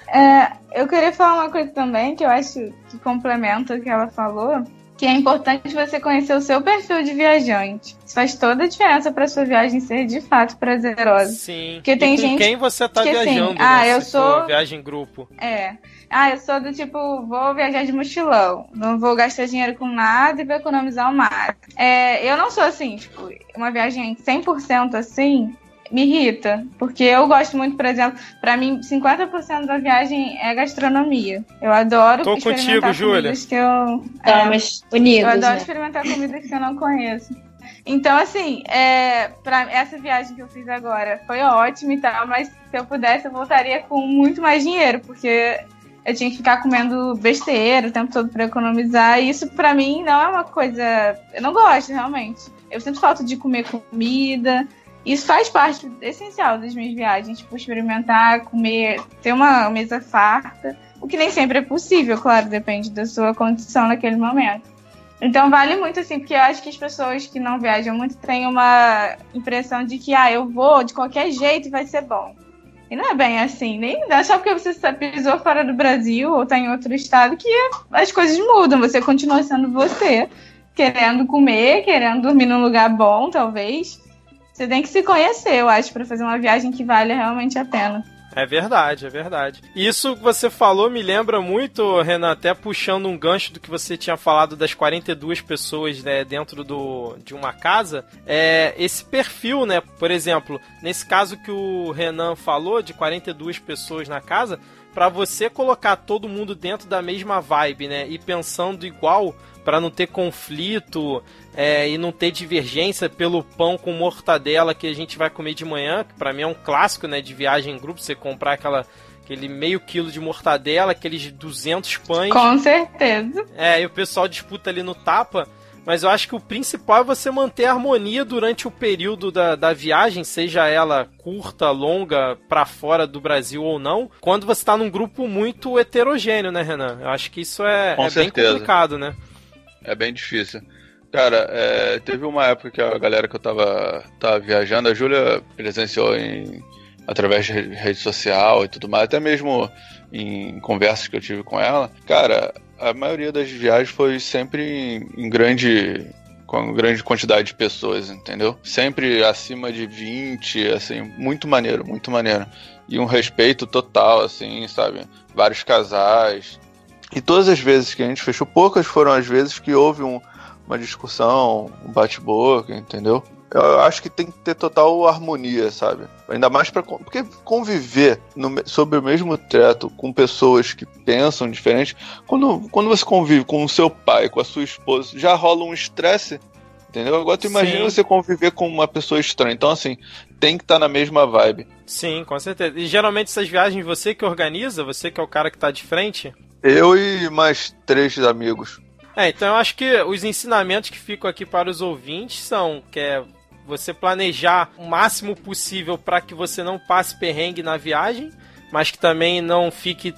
Speaker 3: é, eu queria falar uma coisa também, que eu acho que complementa o que ela falou, que é importante você conhecer o seu perfil de viajante. Isso faz toda a diferença para sua viagem ser de fato prazerosa.
Speaker 1: Sim.
Speaker 3: Porque tem
Speaker 1: e com
Speaker 3: gente
Speaker 1: quem você tá
Speaker 3: que,
Speaker 1: viajando,
Speaker 3: assim, ah,
Speaker 1: né?
Speaker 3: eu
Speaker 1: Se
Speaker 3: sou
Speaker 1: for viagem em grupo.
Speaker 3: É. Ah, eu sou do tipo, vou viajar de mochilão. Não vou gastar dinheiro com nada e vou economizar o máximo. É, eu não sou assim, tipo, uma viagem cem por cento assim me irrita, porque eu gosto muito, por exemplo, pra mim, cinquenta por cento da viagem é gastronomia. Eu adoro
Speaker 1: Tô
Speaker 3: experimentar
Speaker 1: contigo,
Speaker 3: comidas
Speaker 1: Júlia.
Speaker 3: que eu...
Speaker 2: Estamos é, unidos,
Speaker 3: Eu adoro
Speaker 2: né?
Speaker 3: experimentar comidas que eu não conheço. Então, assim, é, pra essa viagem que eu fiz agora foi ótima e tal, mas se eu pudesse, eu voltaria com muito mais dinheiro, porque eu tinha que ficar comendo besteira o tempo todo pra economizar, e isso pra mim não é uma coisa... Eu não gosto, realmente. Eu sinto falta de comer comida. Isso faz parte essencial das minhas viagens, tipo, experimentar, comer, ter uma mesa farta, o que nem sempre é possível, claro, depende da sua condição naquele momento. Então vale muito, assim, porque eu acho que as pessoas que não viajam muito têm uma impressão de que, ah, eu vou de qualquer jeito e vai ser bom. E não é bem assim, nem não é só porque você pisou fora do Brasil ou tá em outro estado que as coisas mudam, você continua sendo você, querendo comer, querendo dormir num lugar bom, talvez. Você tem que se conhecer, eu acho, pra fazer uma viagem que vale realmente a pena.
Speaker 1: É verdade, é verdade. Isso que você falou me lembra muito, Renan, até puxando um gancho do que você tinha falado das quarenta e duas pessoas, né, dentro do, de uma casa. É, esse perfil, né, por exemplo, nesse caso que o Renan falou, de quarenta e duas pessoas na casa, pra você colocar todo mundo dentro da mesma vibe, né, e pensando igual, para não ter conflito é, e não ter divergência pelo pão com mortadela que a gente vai comer de manhã, que para mim é um clássico, né, de viagem em grupo, você comprar aquela, aquele meio quilo de mortadela, aqueles duzentos pães.
Speaker 3: Com certeza.
Speaker 1: É, e o pessoal disputa ali no tapa, mas eu acho que o principal é você manter a harmonia durante o período da, da viagem, seja ela curta, longa, para fora do Brasil ou não, quando você tá num grupo muito heterogêneo, né, Renan? Eu acho que isso é, é bem complicado, né?
Speaker 4: É bem difícil. Cara, é, teve uma época que a galera que eu tava, tava viajando, a Júlia presenciou em, através de rede social e tudo mais, até mesmo em conversas que eu tive com ela. Cara, a maioria das viagens foi sempre em, em grande, com grande quantidade de pessoas, entendeu? Sempre acima de vinte, assim, muito maneiro, muito maneiro. E um respeito total, assim, sabe? Vários casais. E todas as vezes que a gente fechou, poucas foram as vezes que houve um, uma discussão, um bate-boca, entendeu? Eu acho que tem que ter total harmonia, sabe? Ainda mais pra... Porque conviver no, sob o mesmo teto com pessoas que pensam diferente, quando, quando você convive com o seu pai, com a sua esposa, já rola um estresse, entendeu? Agora tu imagina Sim. você conviver com uma pessoa estranha. Então, assim, tem que estar na mesma vibe.
Speaker 1: Sim, com certeza. E geralmente essas viagens você que organiza? Você que é o cara que tá de frente?
Speaker 4: Eu e mais três amigos.
Speaker 1: É, então eu acho que os ensinamentos que ficam aqui para os ouvintes são que é você planejar o máximo possível para que você não passe perrengue na viagem, mas que também não fique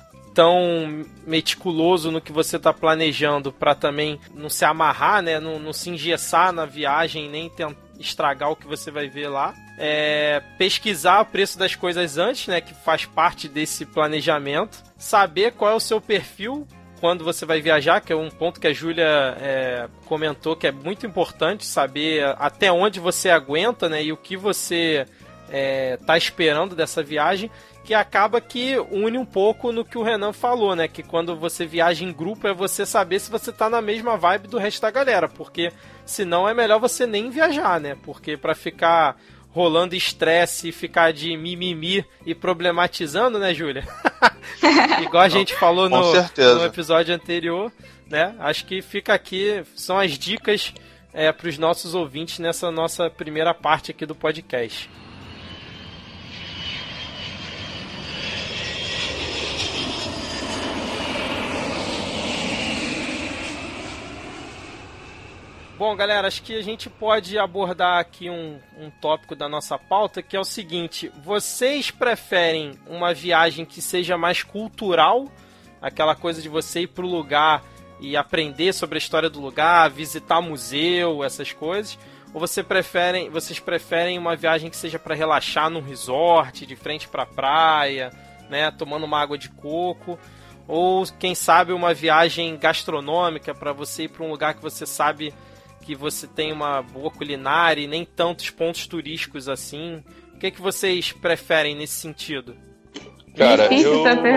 Speaker 1: tão meticuloso no que você está planejando para também não se amarrar, né? Não, não se engessar na viagem, nem tentar estragar o que você vai ver lá. É, pesquisar o preço das coisas antes, né? Que faz parte desse planejamento. Saber qual é o seu perfil, quando você vai viajar, que é um ponto que a Júlia é, comentou que é muito importante saber até onde você aguenta, né, e o que você é, tá esperando dessa viagem, que acaba que une um pouco no que o Renan falou, né, que quando você viaja em grupo é você saber se você tá na mesma vibe do resto da galera, porque senão é melhor você nem viajar, né, porque pra ficar rolando estresse e ficar de mimimi e problematizando, né, Júlia? Igual a gente falou no, no episódio anterior, né? Acho que fica aqui, são as dicas é, para os nossos ouvintes nessa nossa primeira parte aqui do podcast. Bom, galera, acho que a gente pode abordar aqui um, um tópico da nossa pauta, que é o seguinte: vocês preferem uma viagem que seja mais cultural, aquela coisa de você ir para o lugar e aprender sobre a história do lugar, visitar museu, essas coisas, ou você preferem, vocês preferem uma viagem que seja para relaxar num resort, de frente para a praia, né, tomando uma água de coco, ou quem sabe uma viagem gastronômica para você ir para um lugar que você sabe que você tem uma boa culinária e nem tantos pontos turísticos assim. O que, é que vocês preferem nesse sentido?
Speaker 4: Cara, eu...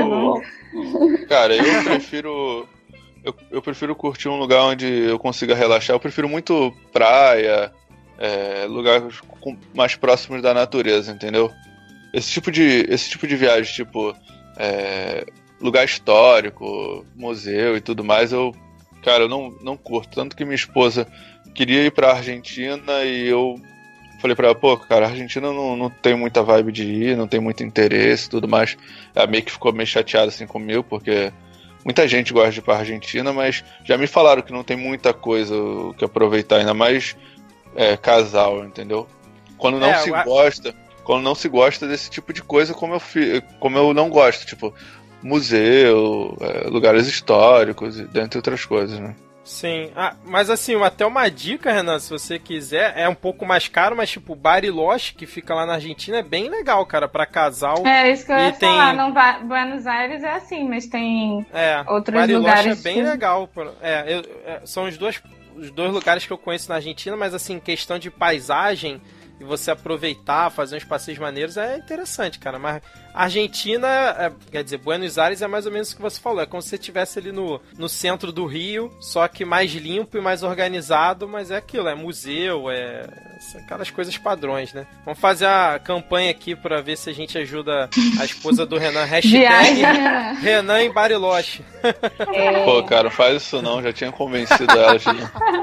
Speaker 4: Cara, eu prefiro... Eu, eu prefiro curtir um lugar onde eu consiga relaxar. Eu prefiro muito praia, é, lugares mais próximos da natureza, entendeu? Esse tipo de, esse tipo de viagem, tipo... É, lugar histórico, museu e tudo mais, eu... Cara, eu não, não curto. Tanto que minha esposa queria ir pra Argentina e eu falei pra ela, pô, cara, a Argentina não, não tem muita vibe de ir, não tem muito interesse e tudo mais. Ela meio que ficou meio chateada assim comigo, porque muita gente gosta de ir pra Argentina, mas já me falaram que não tem muita coisa que aproveitar, ainda mais é, casal, entendeu? Quando não é, se eu... gosta, quando não se gosta desse tipo de coisa, como eu, fi, como eu não gosto, tipo... museu, é, lugares históricos, dentre outras coisas, né?
Speaker 1: Sim, ah, mas assim, até uma dica, Renan, se você quiser, é um pouco mais caro, mas tipo, Bariloche, que fica lá na Argentina, é bem legal, cara, pra casal.
Speaker 3: É, isso que eu ia tem... falar, não, Buenos Aires é assim, mas tem é, outros
Speaker 1: Bariloche
Speaker 3: lugares.
Speaker 1: Bariloche é bem
Speaker 3: que...
Speaker 1: legal, é, eu, é, são os dois, os dois lugares que eu conheço na Argentina, mas assim, questão de paisagem e você aproveitar, fazer uns passeios maneiros é interessante, cara. Mas Argentina, é, quer dizer, Buenos Aires é mais ou menos o que você falou. É como se você estivesse ali no, no centro do Rio, só que mais limpo e mais organizado, mas é aquilo, é museu, é aquelas coisas padrões, né? Vamos fazer a campanha aqui pra ver se a gente ajuda a esposa do Renan. Hashtag Renan em Bariloche.
Speaker 4: É. Pô, cara, não faz isso não, já tinha convencido ela. De...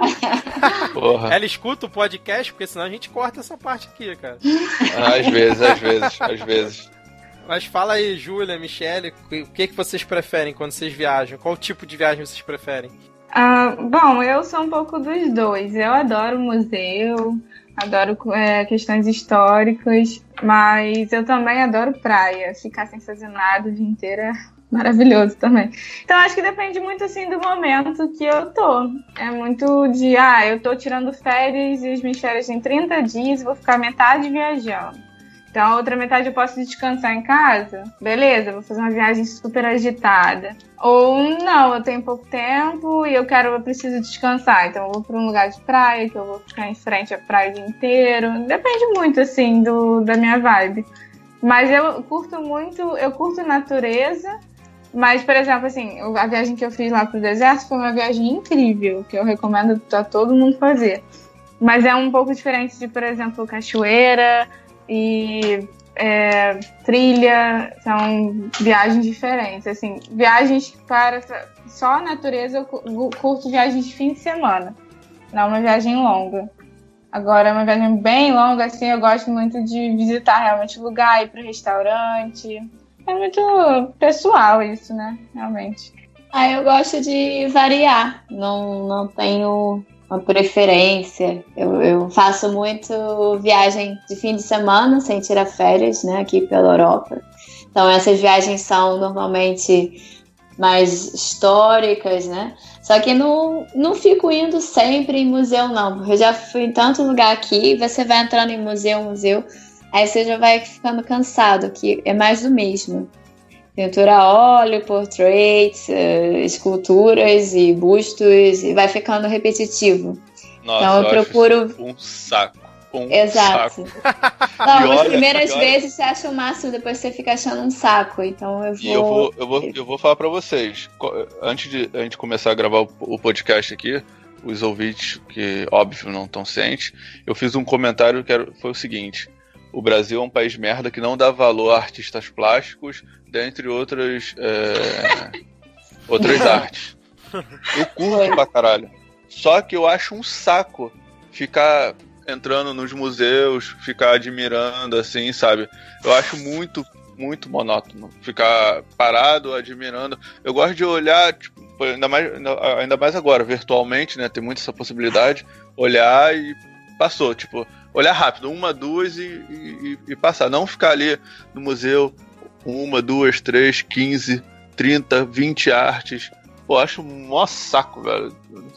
Speaker 4: Porra.
Speaker 1: Ela escuta o podcast, porque senão a gente corta essa parte aqui, cara.
Speaker 4: Às vezes, às vezes, às vezes.
Speaker 1: Mas fala aí, Júlia, Michele, o que, que vocês preferem quando vocês viajam? Qual tipo de viagem vocês preferem?
Speaker 3: Ah, bom, eu sou um pouco dos dois. Eu adoro museu, adoro é, questões históricas, mas eu também adoro praia. Ficar sem fazer nada o dia inteiro é maravilhoso também. Então acho que depende muito assim do momento que eu tô. É muito de, ah, eu tô tirando férias e as minhas férias têm trinta dias e vou ficar metade viajando. Então a outra metade eu posso descansar em casa. Beleza, vou fazer uma viagem super agitada. Ou não, eu tenho pouco tempo e eu quero, eu preciso descansar. Então eu vou para um lugar de praia, que eu vou ficar em frente à praia o dia inteiro. Depende muito, assim, do, da minha vibe. Mas eu curto muito, eu curto natureza. Mas, por exemplo, assim, a viagem que eu fiz lá pro deserto foi uma viagem incrível, que eu recomendo a todo mundo fazer. Mas é um pouco diferente de, por exemplo, cachoeira e é, trilha, são viagens diferentes. Assim, viagens para só a natureza, eu curto viagens de fim de semana, não uma viagem longa. Agora, uma viagem bem longa, assim, eu gosto muito de visitar realmente o lugar, ir para o restaurante. É muito pessoal isso, né? Realmente.
Speaker 2: Ah, eu gosto de variar. Não, não tenho uma preferência. Eu, eu faço muito viagem de fim de semana, sem tirar férias, né? Aqui pela Europa. Então, essas viagens são normalmente mais históricas, né? Só que não, não fico indo sempre em museu, não. Porque eu já fui em tanto lugar aqui, você vai entrando em museu, museu... Aí você já vai ficando cansado, que é mais do mesmo. pintura a óleo, portraits, uh, esculturas e bustos, e vai ficando repetitivo.
Speaker 4: Nossa,
Speaker 2: então eu, eu procuro
Speaker 4: acho um saco. Um
Speaker 2: Exato.
Speaker 4: saco.
Speaker 2: Não,
Speaker 4: olha,
Speaker 2: as primeiras
Speaker 4: olha...
Speaker 2: vezes você acha o máximo, depois você fica achando um saco. Então eu vou.
Speaker 4: E eu vou, eu vou, eu vou falar pra vocês. Antes de a gente começar a gravar o podcast aqui, os ouvintes, que óbvio não estão cientes, eu fiz um comentário que era, foi o seguinte: o Brasil é um país merda que não dá valor a artistas plásticos, dentre outras, é, outras artes. Eu curto pra caralho. Só que eu acho um saco ficar entrando nos museus, ficar admirando, assim, sabe? Eu acho muito, muito monótono. Ficar parado, admirando. Eu gosto de olhar, tipo, ainda mais, ainda mais agora, virtualmente, né? Tem muito essa possibilidade. Olhar e passou, tipo, olhar rápido, uma, duas e, e, e passar. Não ficar ali no museu, uma, duas, três, quinze, trinta, vinte artes. Pô, acho um mó saco, velho.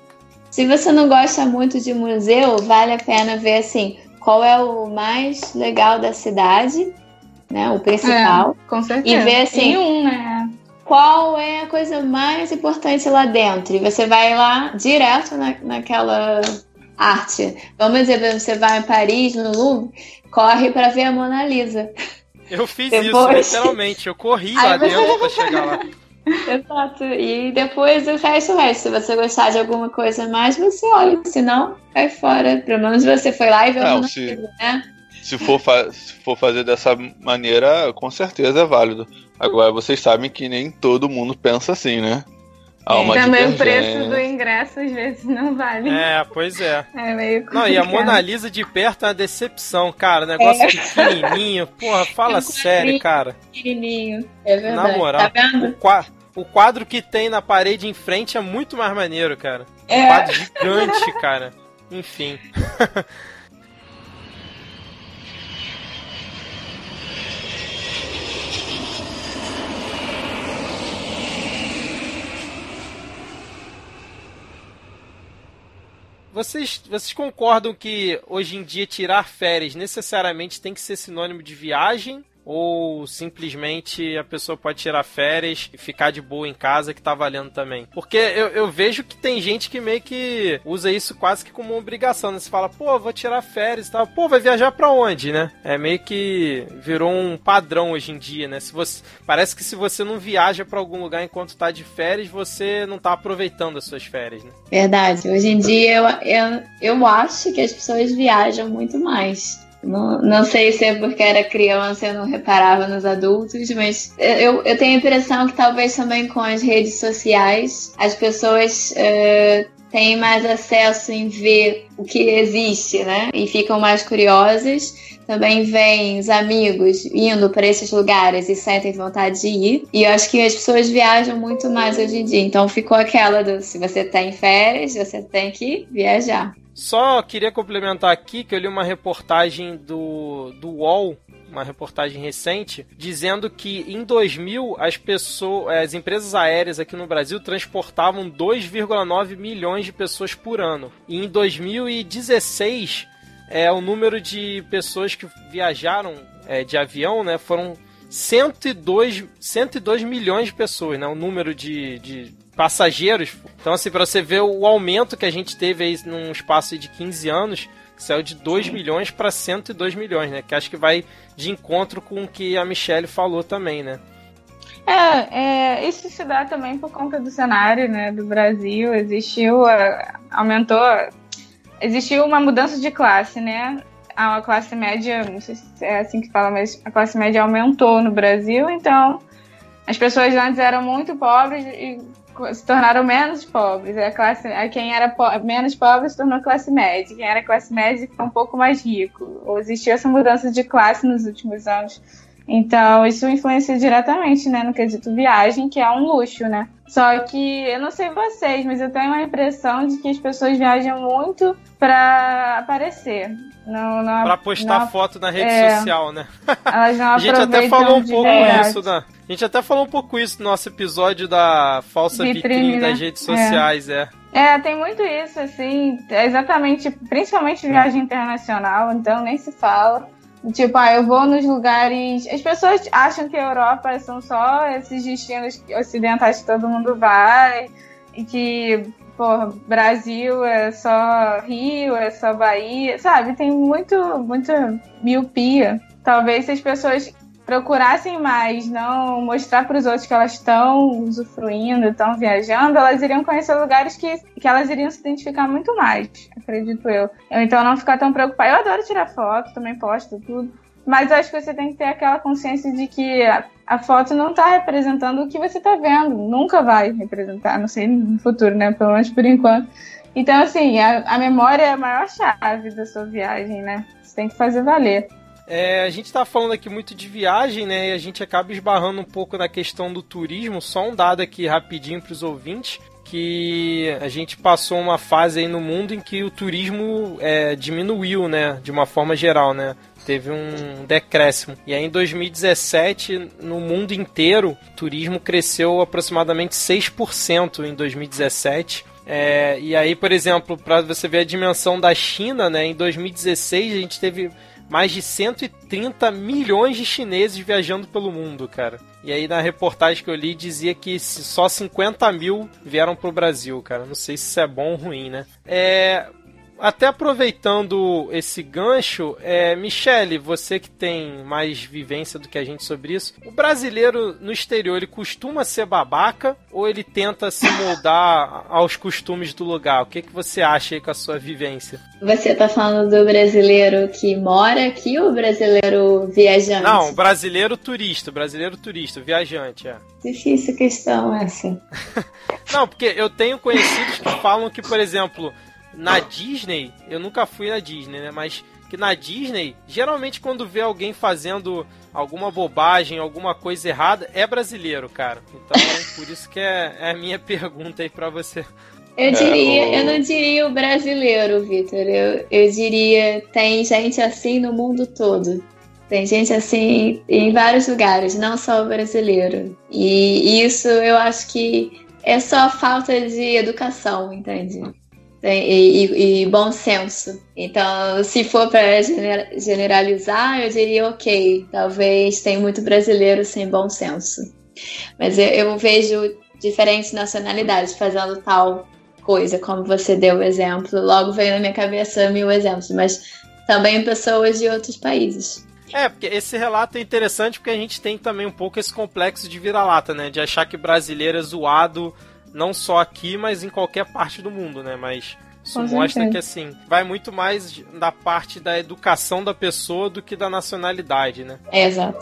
Speaker 2: Se você não gosta muito de museu, vale a pena ver, assim, qual é o mais legal da cidade, né, o principal.
Speaker 3: É, com certeza.
Speaker 2: E ver, assim,
Speaker 3: e um, né?
Speaker 2: qual é a coisa mais importante lá dentro. E você vai lá direto na, naquela arte. Vamos dizer, você vai em Paris, no Louvre, corre para ver a Mona Lisa.
Speaker 1: Eu fiz
Speaker 2: Depois...
Speaker 1: isso, literalmente. Eu corri
Speaker 2: Aí
Speaker 1: lá
Speaker 2: você...
Speaker 1: dentro pra chegar lá.
Speaker 2: Exato. E depois o resto, o resto. Se você gostar de alguma coisa mais, você olha. Se não, cai fora. Pelo menos você foi lá e viu a Mona Lisa, né?
Speaker 4: Se for, fa- se for fazer dessa maneira, com certeza é válido. Agora, vocês sabem que nem todo mundo pensa assim, né? Há uma
Speaker 3: também o
Speaker 4: divergência.
Speaker 3: preço do ingresso às vezes não vale.
Speaker 1: É, pois é.
Speaker 3: É meio complicado.
Speaker 1: Não, e a Mona Lisa de perto é uma decepção, cara. Negócio
Speaker 2: É.
Speaker 1: pequenininho. Porra, fala
Speaker 2: É um
Speaker 1: sério, cara.
Speaker 2: Pequenininho. É verdade.
Speaker 1: Na moral,
Speaker 2: Tá vendo?
Speaker 1: o, qua- o quadro que tem na parede em frente é muito mais maneiro, cara. Um
Speaker 2: É.
Speaker 1: quadro gigante, cara. Enfim. Vocês, vocês concordam que hoje em dia tirar férias necessariamente tem que ser sinônimo de viagem? Ou simplesmente a pessoa pode tirar férias e ficar de boa em casa que tá valendo também? Porque eu, eu vejo que tem gente que meio que usa isso quase que como uma obrigação, né? Você fala, pô, vou tirar férias e tal. Pô, vai viajar pra onde, né? É meio que virou um padrão hoje em dia, né? Se você, parece que se você não viaja pra algum lugar enquanto tá de férias, você não tá aproveitando as suas férias, né?
Speaker 2: Verdade. Hoje em dia eu, eu, eu acho que as pessoas viajam muito mais. Não, não sei se é porque era criança e eu não reparava nos adultos, mas eu, eu tenho a impressão que talvez também com as redes sociais as pessoas uh, têm mais acesso em ver o que existe, né? E ficam mais curiosas. Também vêm os amigos indo para esses lugares e sentem vontade de ir. E eu acho que as pessoas viajam muito mais hoje em dia. Então ficou aquela do, se você tá em férias, você tem que viajar.
Speaker 1: Só queria complementar aqui que eu li uma reportagem do, do U O L, uma reportagem recente, dizendo que em dois mil as pessoas, as empresas aéreas aqui no Brasil transportavam dois vírgula nove milhões de pessoas por ano. E em dois mil e dezesseis, é, o número de pessoas que viajaram é, de avião, né, foram cento e dois, cento e dois milhões de pessoas, né, o número de... de passageiros. Então, assim, pra você ver o aumento que a gente teve aí num espaço de quinze anos, que saiu de dois milhões para cento e dois milhões, né? Que acho que vai de encontro com o que a Michelle falou também, né?
Speaker 3: É, é, isso se dá também por conta do cenário, né, do Brasil. Existiu, aumentou, existiu uma mudança de classe, né? A classe média, não sei se é assim que fala, mas a classe média aumentou no Brasil, então as pessoas antes eram muito pobres e se tornaram menos pobres. A classe, a quem era po- menos pobre se tornou classe média. Quem era classe média ficou um pouco mais rico. Ou existiu essa mudança de classe nos últimos anos. Então, isso influencia diretamente, né, no quesito viagem, que é um luxo, né? Só que, eu não sei vocês, mas eu tenho a impressão de que as pessoas viajam muito pra aparecer. Não, não,
Speaker 1: pra postar
Speaker 3: não,
Speaker 1: foto na rede
Speaker 3: é,
Speaker 1: social, né?
Speaker 3: Elas não
Speaker 1: a gente até falou um pouco
Speaker 3: verdade.
Speaker 1: isso, né? A gente até falou um pouco isso no nosso episódio da falsa vitrine, vitrine das
Speaker 3: né?
Speaker 1: redes sociais, é.
Speaker 3: é. É, tem muito isso, assim, é exatamente, principalmente viagem internacional, então nem se fala. Tipo, ah, eu vou nos lugares... As pessoas acham que a Europa são só esses destinos ocidentais que todo mundo vai, e que, porra, Brasil é só Rio, é só Bahia, sabe? Tem muito, muita miopia. Talvez se as pessoas procurassem mais, não mostrar para os outros que elas estão usufruindo, estão viajando, elas iriam conhecer lugares que, que elas iriam se identificar muito mais, acredito eu. eu. Então não ficar tão preocupada. Eu adoro tirar foto, também posto tudo, mas acho que você tem que ter aquela consciência de que a, a foto não está representando o que você está vendo, nunca vai representar, não sei no futuro, né, pelo menos por enquanto. Então, assim, a, a memória é a maior chave da sua viagem, né, você tem que fazer valer.
Speaker 1: É, a gente tá falando aqui muito de viagem, né, e a gente acaba esbarrando um pouco na questão do turismo. Só um dado aqui rapidinho para os ouvintes, que a gente passou uma fase aí no mundo em que o turismo é, diminuiu, né, de uma forma geral, né, teve um decréscimo. E aí em dois mil e dezessete, no mundo inteiro, o turismo cresceu aproximadamente seis por cento em dois mil e dezessete. É, e aí, por exemplo, para você ver a dimensão da China, né, em dois mil e dezesseis a gente teve mais de cento e trinta milhões de chineses viajando pelo mundo, cara. E aí na reportagem que eu li dizia que só cinquenta mil vieram pro Brasil, cara. Não sei se isso é bom ou ruim, né? É... Até aproveitando esse gancho, é, Michele, você que tem mais vivência do que a gente sobre isso, o brasileiro no exterior, ele costuma ser babaca ou ele tenta se moldar aos costumes do lugar? O que, que você acha aí com a sua vivência?
Speaker 2: Você tá falando do brasileiro que mora aqui ou brasileiro viajante?
Speaker 1: Não, brasileiro turista, brasileiro turista, viajante, é.
Speaker 2: Difícil questão essa.
Speaker 1: Não, porque eu tenho conhecidos que falam que, por exemplo, na Disney, eu nunca fui na Disney, né? Mas que na Disney, geralmente quando vê alguém fazendo alguma bobagem, alguma coisa errada, é brasileiro, cara. Então, por isso que é, é a minha pergunta aí pra você.
Speaker 2: Eu diria, eu não diria o brasileiro, Vitor. Eu, eu diria, tem gente assim no mundo todo. Tem gente assim em vários lugares, não só o brasileiro. E isso eu acho que é só falta de educação, entende? E, e, e bom senso. Então, se for para generalizar, eu diria ok, talvez tem muito brasileiro sem bom senso. Mas eu, eu vejo diferentes nacionalidades fazendo tal coisa, como você deu o exemplo. Logo veio na minha cabeça mil exemplos, mas também pessoas de outros países.
Speaker 1: É, porque esse relato é interessante porque a gente tem também um pouco esse complexo de vira-lata, né? De achar que brasileiro é zoado não só aqui, mas em qualquer parte do mundo, né? Mas isso mostra que, assim, vai muito mais da parte da educação da pessoa do que da nacionalidade, né?
Speaker 2: É, exato.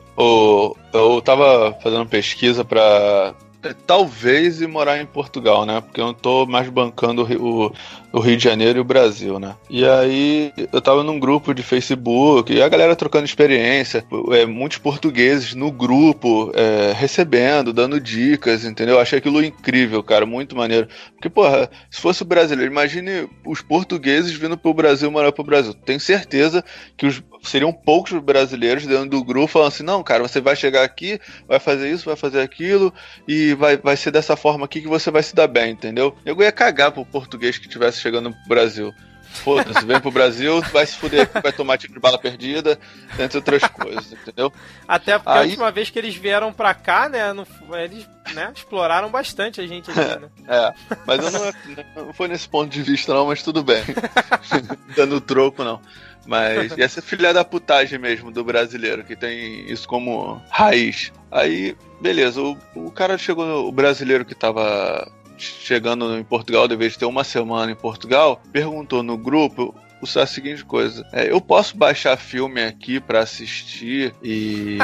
Speaker 4: O, eu tava fazendo pesquisa pra talvez ir morar em Portugal, né? Porque eu não tô mais bancando o Rio, o Rio de Janeiro e o Brasil, né? E aí eu tava num grupo de Facebook e a galera trocando experiência, é, muitos portugueses no grupo é, recebendo, dando dicas, entendeu? Eu achei aquilo incrível, cara, muito maneiro. Porque, porra, se fosse o brasileiro, imagine os portugueses vindo pro Brasil morar pro Brasil. Tenho certeza que os, seriam poucos brasileiros dentro do grupo falando assim, não, cara, você vai chegar aqui, vai fazer isso, vai fazer aquilo e vai, vai ser dessa forma aqui que você vai se dar bem, entendeu? Eu ia cagar pro português que tivesse chegando pro Brasil. Foda-se, vem pro Brasil, vai se fuder, vai tomar tiro de bala perdida, entre outras coisas, entendeu?
Speaker 1: Até porque
Speaker 4: Aí...
Speaker 1: a última vez que eles vieram pra cá, né, não, eles né, exploraram bastante a gente aqui, né?
Speaker 4: É, mas eu não, não foi nesse ponto de vista não, mas tudo bem. Dando troco, não. Mas essa filha da putagem mesmo do brasileiro, que tem isso como raiz. Aí, beleza, o, o cara chegou, o brasileiro que tava chegando em Portugal, deveria ter uma semana em Portugal, perguntou no grupo a seguinte coisa, é, eu posso baixar filme aqui pra assistir e,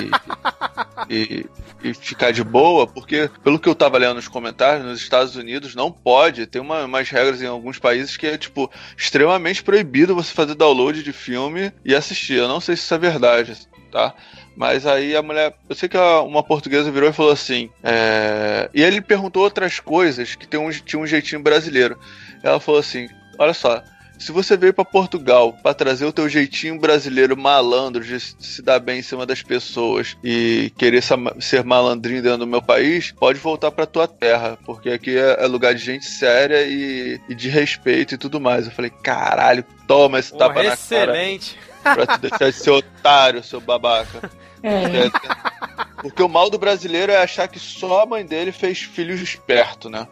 Speaker 4: e, e ficar de boa? Porque, pelo que eu tava lendo nos comentários, nos Estados Unidos não pode, tem uma, umas regras em alguns países que é, tipo, extremamente proibido você fazer download de filme e assistir. Eu não sei se isso é verdade, tá? Mas aí a mulher, eu sei que uma portuguesa virou e falou assim, é... e ele perguntou outras coisas que tem um, tinha um jeitinho brasileiro. Ela falou assim, olha só, Se você veio pra Portugal pra trazer o teu jeitinho brasileiro malandro de se dar bem em cima das pessoas e querer ser malandrinho dentro do meu país, pode voltar pra tua terra, porque aqui é lugar de gente séria e, e de respeito e tudo mais. Eu falei, caralho, toma esse
Speaker 1: Porra,
Speaker 4: tapa na
Speaker 1: excelente.
Speaker 4: cara pra tu deixar de ser otário, seu babaca.
Speaker 3: É.
Speaker 4: Porque o mal do brasileiro é achar que só a mãe dele fez filhos esperto, né?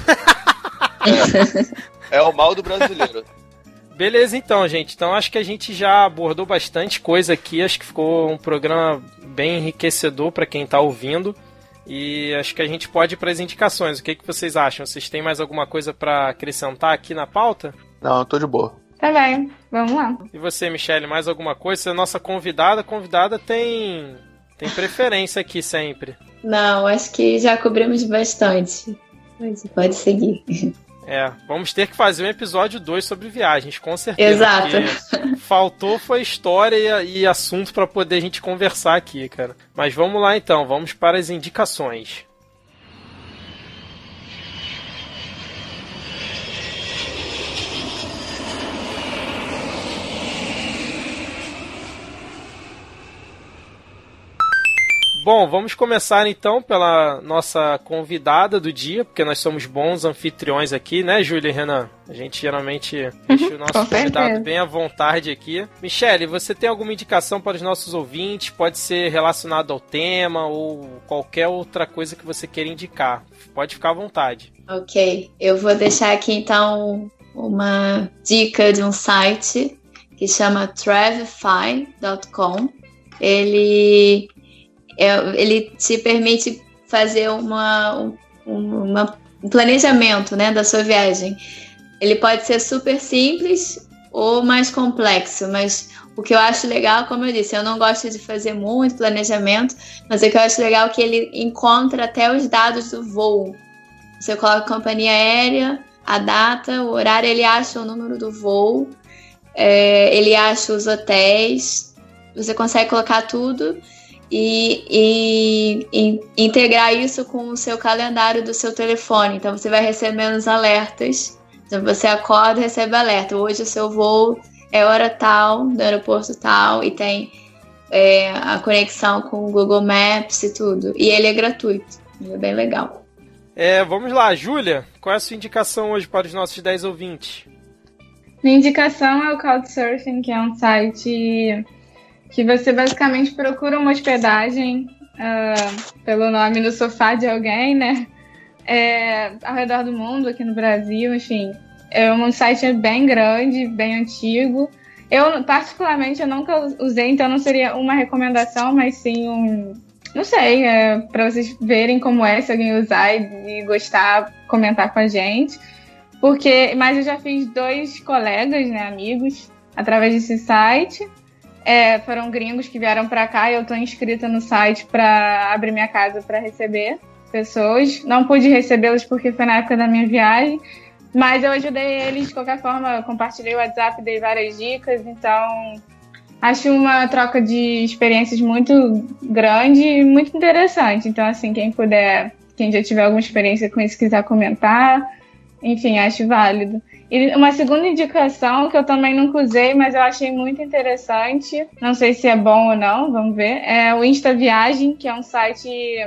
Speaker 4: É, é o mal do brasileiro.
Speaker 1: Beleza, então, gente. Então, acho que a gente já abordou bastante coisa aqui. Acho que ficou um programa bem enriquecedor para quem tá ouvindo. E acho que a gente pode ir para as indicações. O que, que vocês acham? Vocês têm mais alguma coisa para acrescentar aqui na pauta?
Speaker 4: Não, eu tô de boa.
Speaker 3: Tá bem, vamos lá.
Speaker 1: E você, Michele, mais alguma coisa? Você é nossa convidada. A convidada tem, tem preferência aqui sempre.
Speaker 2: Não, acho que já cobrimos bastante. Pode, pode seguir.
Speaker 1: É, vamos ter que fazer um episódio dois sobre viagens, com certeza.
Speaker 2: Exato.
Speaker 1: Faltou foi história e, e assunto para poder a gente conversar aqui, cara. Mas vamos lá então, vamos para as indicações. Bom, vamos começar então pela nossa convidada do dia, porque nós somos bons anfitriões aqui, né, Júlia e Renan? A gente geralmente deixa o nosso convidado bem à vontade aqui. Michele, você tem alguma indicação para os nossos ouvintes? Pode ser relacionado ao tema ou qualquer outra coisa que você queira indicar. Pode ficar à vontade.
Speaker 2: Ok, eu vou deixar aqui então uma dica de um site que chama Travefy ponto com. Ele... ele te permite fazer uma, um, uma, um planejamento, né, da sua viagem. Ele pode ser super simples ou mais complexo, mas o que eu acho legal, como eu disse, eu não gosto de fazer muito planejamento, mas o que eu acho legal é que ele encontra até os dados do voo. Você coloca a companhia aérea, a data, o horário, ele acha o número do voo, é, ele acha os hotéis, você consegue colocar tudo. E, e, e integrar isso com o seu calendário do seu telefone. Então você vai recebendo os alertas. Então você acorda e recebe alerta. Hoje o seu voo é hora tal, do aeroporto tal, e tem é, a conexão com o Google Maps e tudo. E ele é gratuito. Ele é bem legal.
Speaker 1: É, vamos lá, Júlia. Qual é a sua indicação hoje para os nossos dez ouvintes?
Speaker 3: Minha indicação é o Couchsurfing, que é um site que você basicamente procura uma hospedagem uh, pelo nome no sofá de alguém, né? É, ao redor do mundo, aqui no Brasil, enfim. É um site bem grande, bem antigo. Eu, particularmente, eu nunca usei, então não seria uma recomendação, mas sim um... Não sei, é, para vocês verem como é, se alguém usar e, e gostar, comentar com a gente. Porque, mas eu já fiz dois colegas, né, amigos, através desse site. É, foram gringos que vieram pra cá e eu tô inscrita no site pra abrir minha casa pra receber pessoas. Não pude recebê-los porque foi na época da minha viagem, mas eu ajudei eles de qualquer forma, compartilhei o WhatsApp, dei várias dicas, então acho uma troca de experiências muito grande e muito interessante. Então, assim, quem puder, quem já tiver alguma experiência com isso, quiser comentar, enfim, acho válido. E uma segunda indicação, que eu também nunca usei, mas eu achei muito interessante, não sei se é bom ou não, vamos ver, é o Insta Viagem, que é um site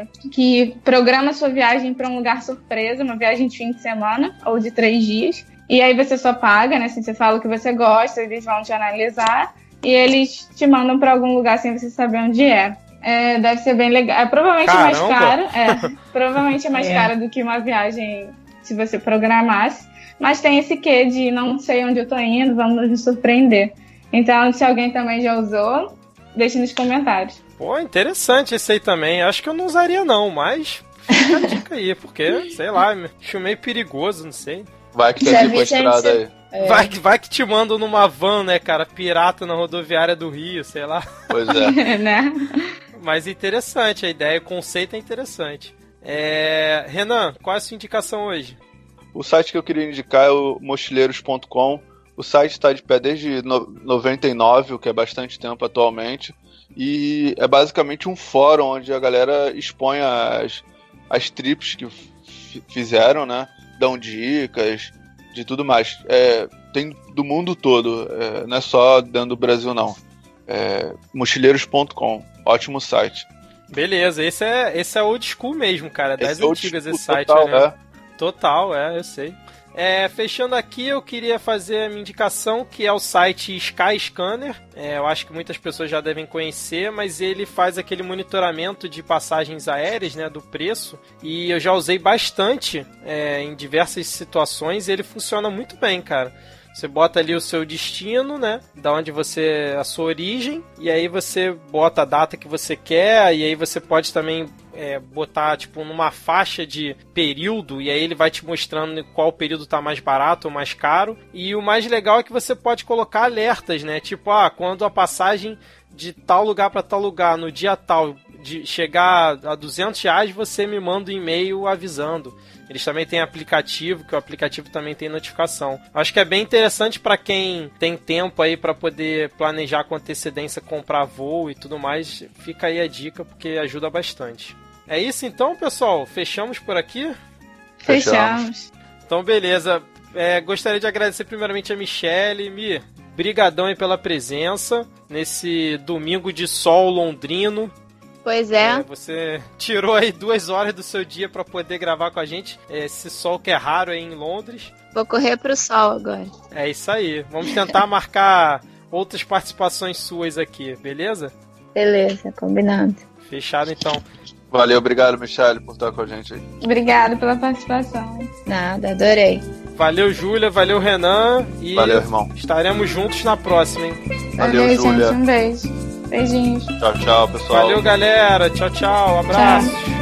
Speaker 3: que programa sua viagem para um lugar surpresa, uma viagem de fim de semana ou de três dias. E aí você só paga, né? Assim, você fala o que você gosta, eles vão te analisar e eles te mandam para algum lugar sem você saber onde é. É, deve ser bem legal. É provavelmente
Speaker 1: Caramba.
Speaker 3: mais caro. É, provavelmente é mais
Speaker 2: É.
Speaker 3: caro do que uma viagem se você programasse. Mas tem esse quê de não sei onde eu tô indo, vamos nos surpreender. Então, se alguém também já usou, deixe nos comentários.
Speaker 1: Pô, interessante esse aí também. Acho que eu não usaria não, mas fica a dica aí, porque, sei lá, acho meio perigoso, não sei.
Speaker 4: Vai que tá
Speaker 2: Já vi
Speaker 4: sequestrado
Speaker 2: gente-
Speaker 4: aí.
Speaker 2: É.
Speaker 1: Vai, que- vai que te mandam numa van, né, cara, pirata na rodoviária do Rio, sei lá.
Speaker 4: Pois é.
Speaker 3: Né?
Speaker 1: Mas interessante, a ideia, o conceito é interessante. É... Renan, qual é a sua indicação hoje?
Speaker 4: O site que eu queria indicar é o mochileiros ponto com. O site está de pé desde no- noventa e nove, o que é bastante tempo atualmente. E é basicamente um fórum onde a galera expõe as, as trips que f- fizeram, né? Dão dicas de tudo mais. É, tem do mundo todo, é, não é só dentro do Brasil, não. É, mochileiros ponto com, ótimo site.
Speaker 1: Beleza, esse é, esse é old school mesmo, cara, das
Speaker 4: esse é
Speaker 1: antigas esse
Speaker 4: total,
Speaker 1: site, né?
Speaker 4: É.
Speaker 1: Total, é, eu sei. É, fechando aqui, eu queria fazer a minha indicação, que é o site Skyscanner. É, eu acho que muitas pessoas já devem conhecer, mas ele faz aquele monitoramento de passagens aéreas, né, do preço. E eu já usei bastante é, em diversas situações e ele funciona muito bem, cara. Você bota ali o seu destino, né? Da onde você... a sua origem. E aí você bota a data que você quer. E aí você pode também é, botar, tipo, numa faixa de período. E aí ele vai te mostrando qual período tá mais barato ou mais caro. E o mais legal é que você pode colocar alertas, né? Tipo, ah, quando a passagem de tal lugar para tal lugar, no dia tal, de chegar a duzentos reais, você me manda um e-mail avisando. Eles também têm aplicativo, que o aplicativo também tem notificação. Acho que é bem interessante para quem tem tempo aí para poder planejar com antecedência, comprar voo e tudo mais. Fica aí a dica, porque ajuda bastante. É isso então, pessoal? Fechamos por aqui?
Speaker 3: Fechamos.
Speaker 1: Então, beleza. É, gostaria de agradecer primeiramente a Michelle. Mi, brigadão aí pela presença nesse domingo de sol londrino.
Speaker 2: Pois é.
Speaker 1: É, você tirou aí duas horas do seu dia para poder gravar com a gente. Esse sol que é raro aí em Londres.
Speaker 2: Vou correr pro sol agora.
Speaker 1: É isso aí. Vamos tentar marcar outras participações suas aqui, beleza?
Speaker 2: Beleza, combinado.
Speaker 1: Fechado então.
Speaker 4: Valeu, obrigado, Michelle, por estar com a gente aí.
Speaker 3: Obrigada pela participação.
Speaker 2: Nada, adorei.
Speaker 1: Valeu, Júlia, valeu, Renan. E
Speaker 4: valeu, irmão.
Speaker 1: Estaremos juntos na próxima, hein?
Speaker 4: Valeu,
Speaker 3: valeu
Speaker 4: Júlia.
Speaker 3: Gente, um beijo. Beijinhos.
Speaker 4: Tchau, tchau, pessoal.
Speaker 1: Valeu, galera. Tchau, tchau. Abraços.
Speaker 3: Tchau.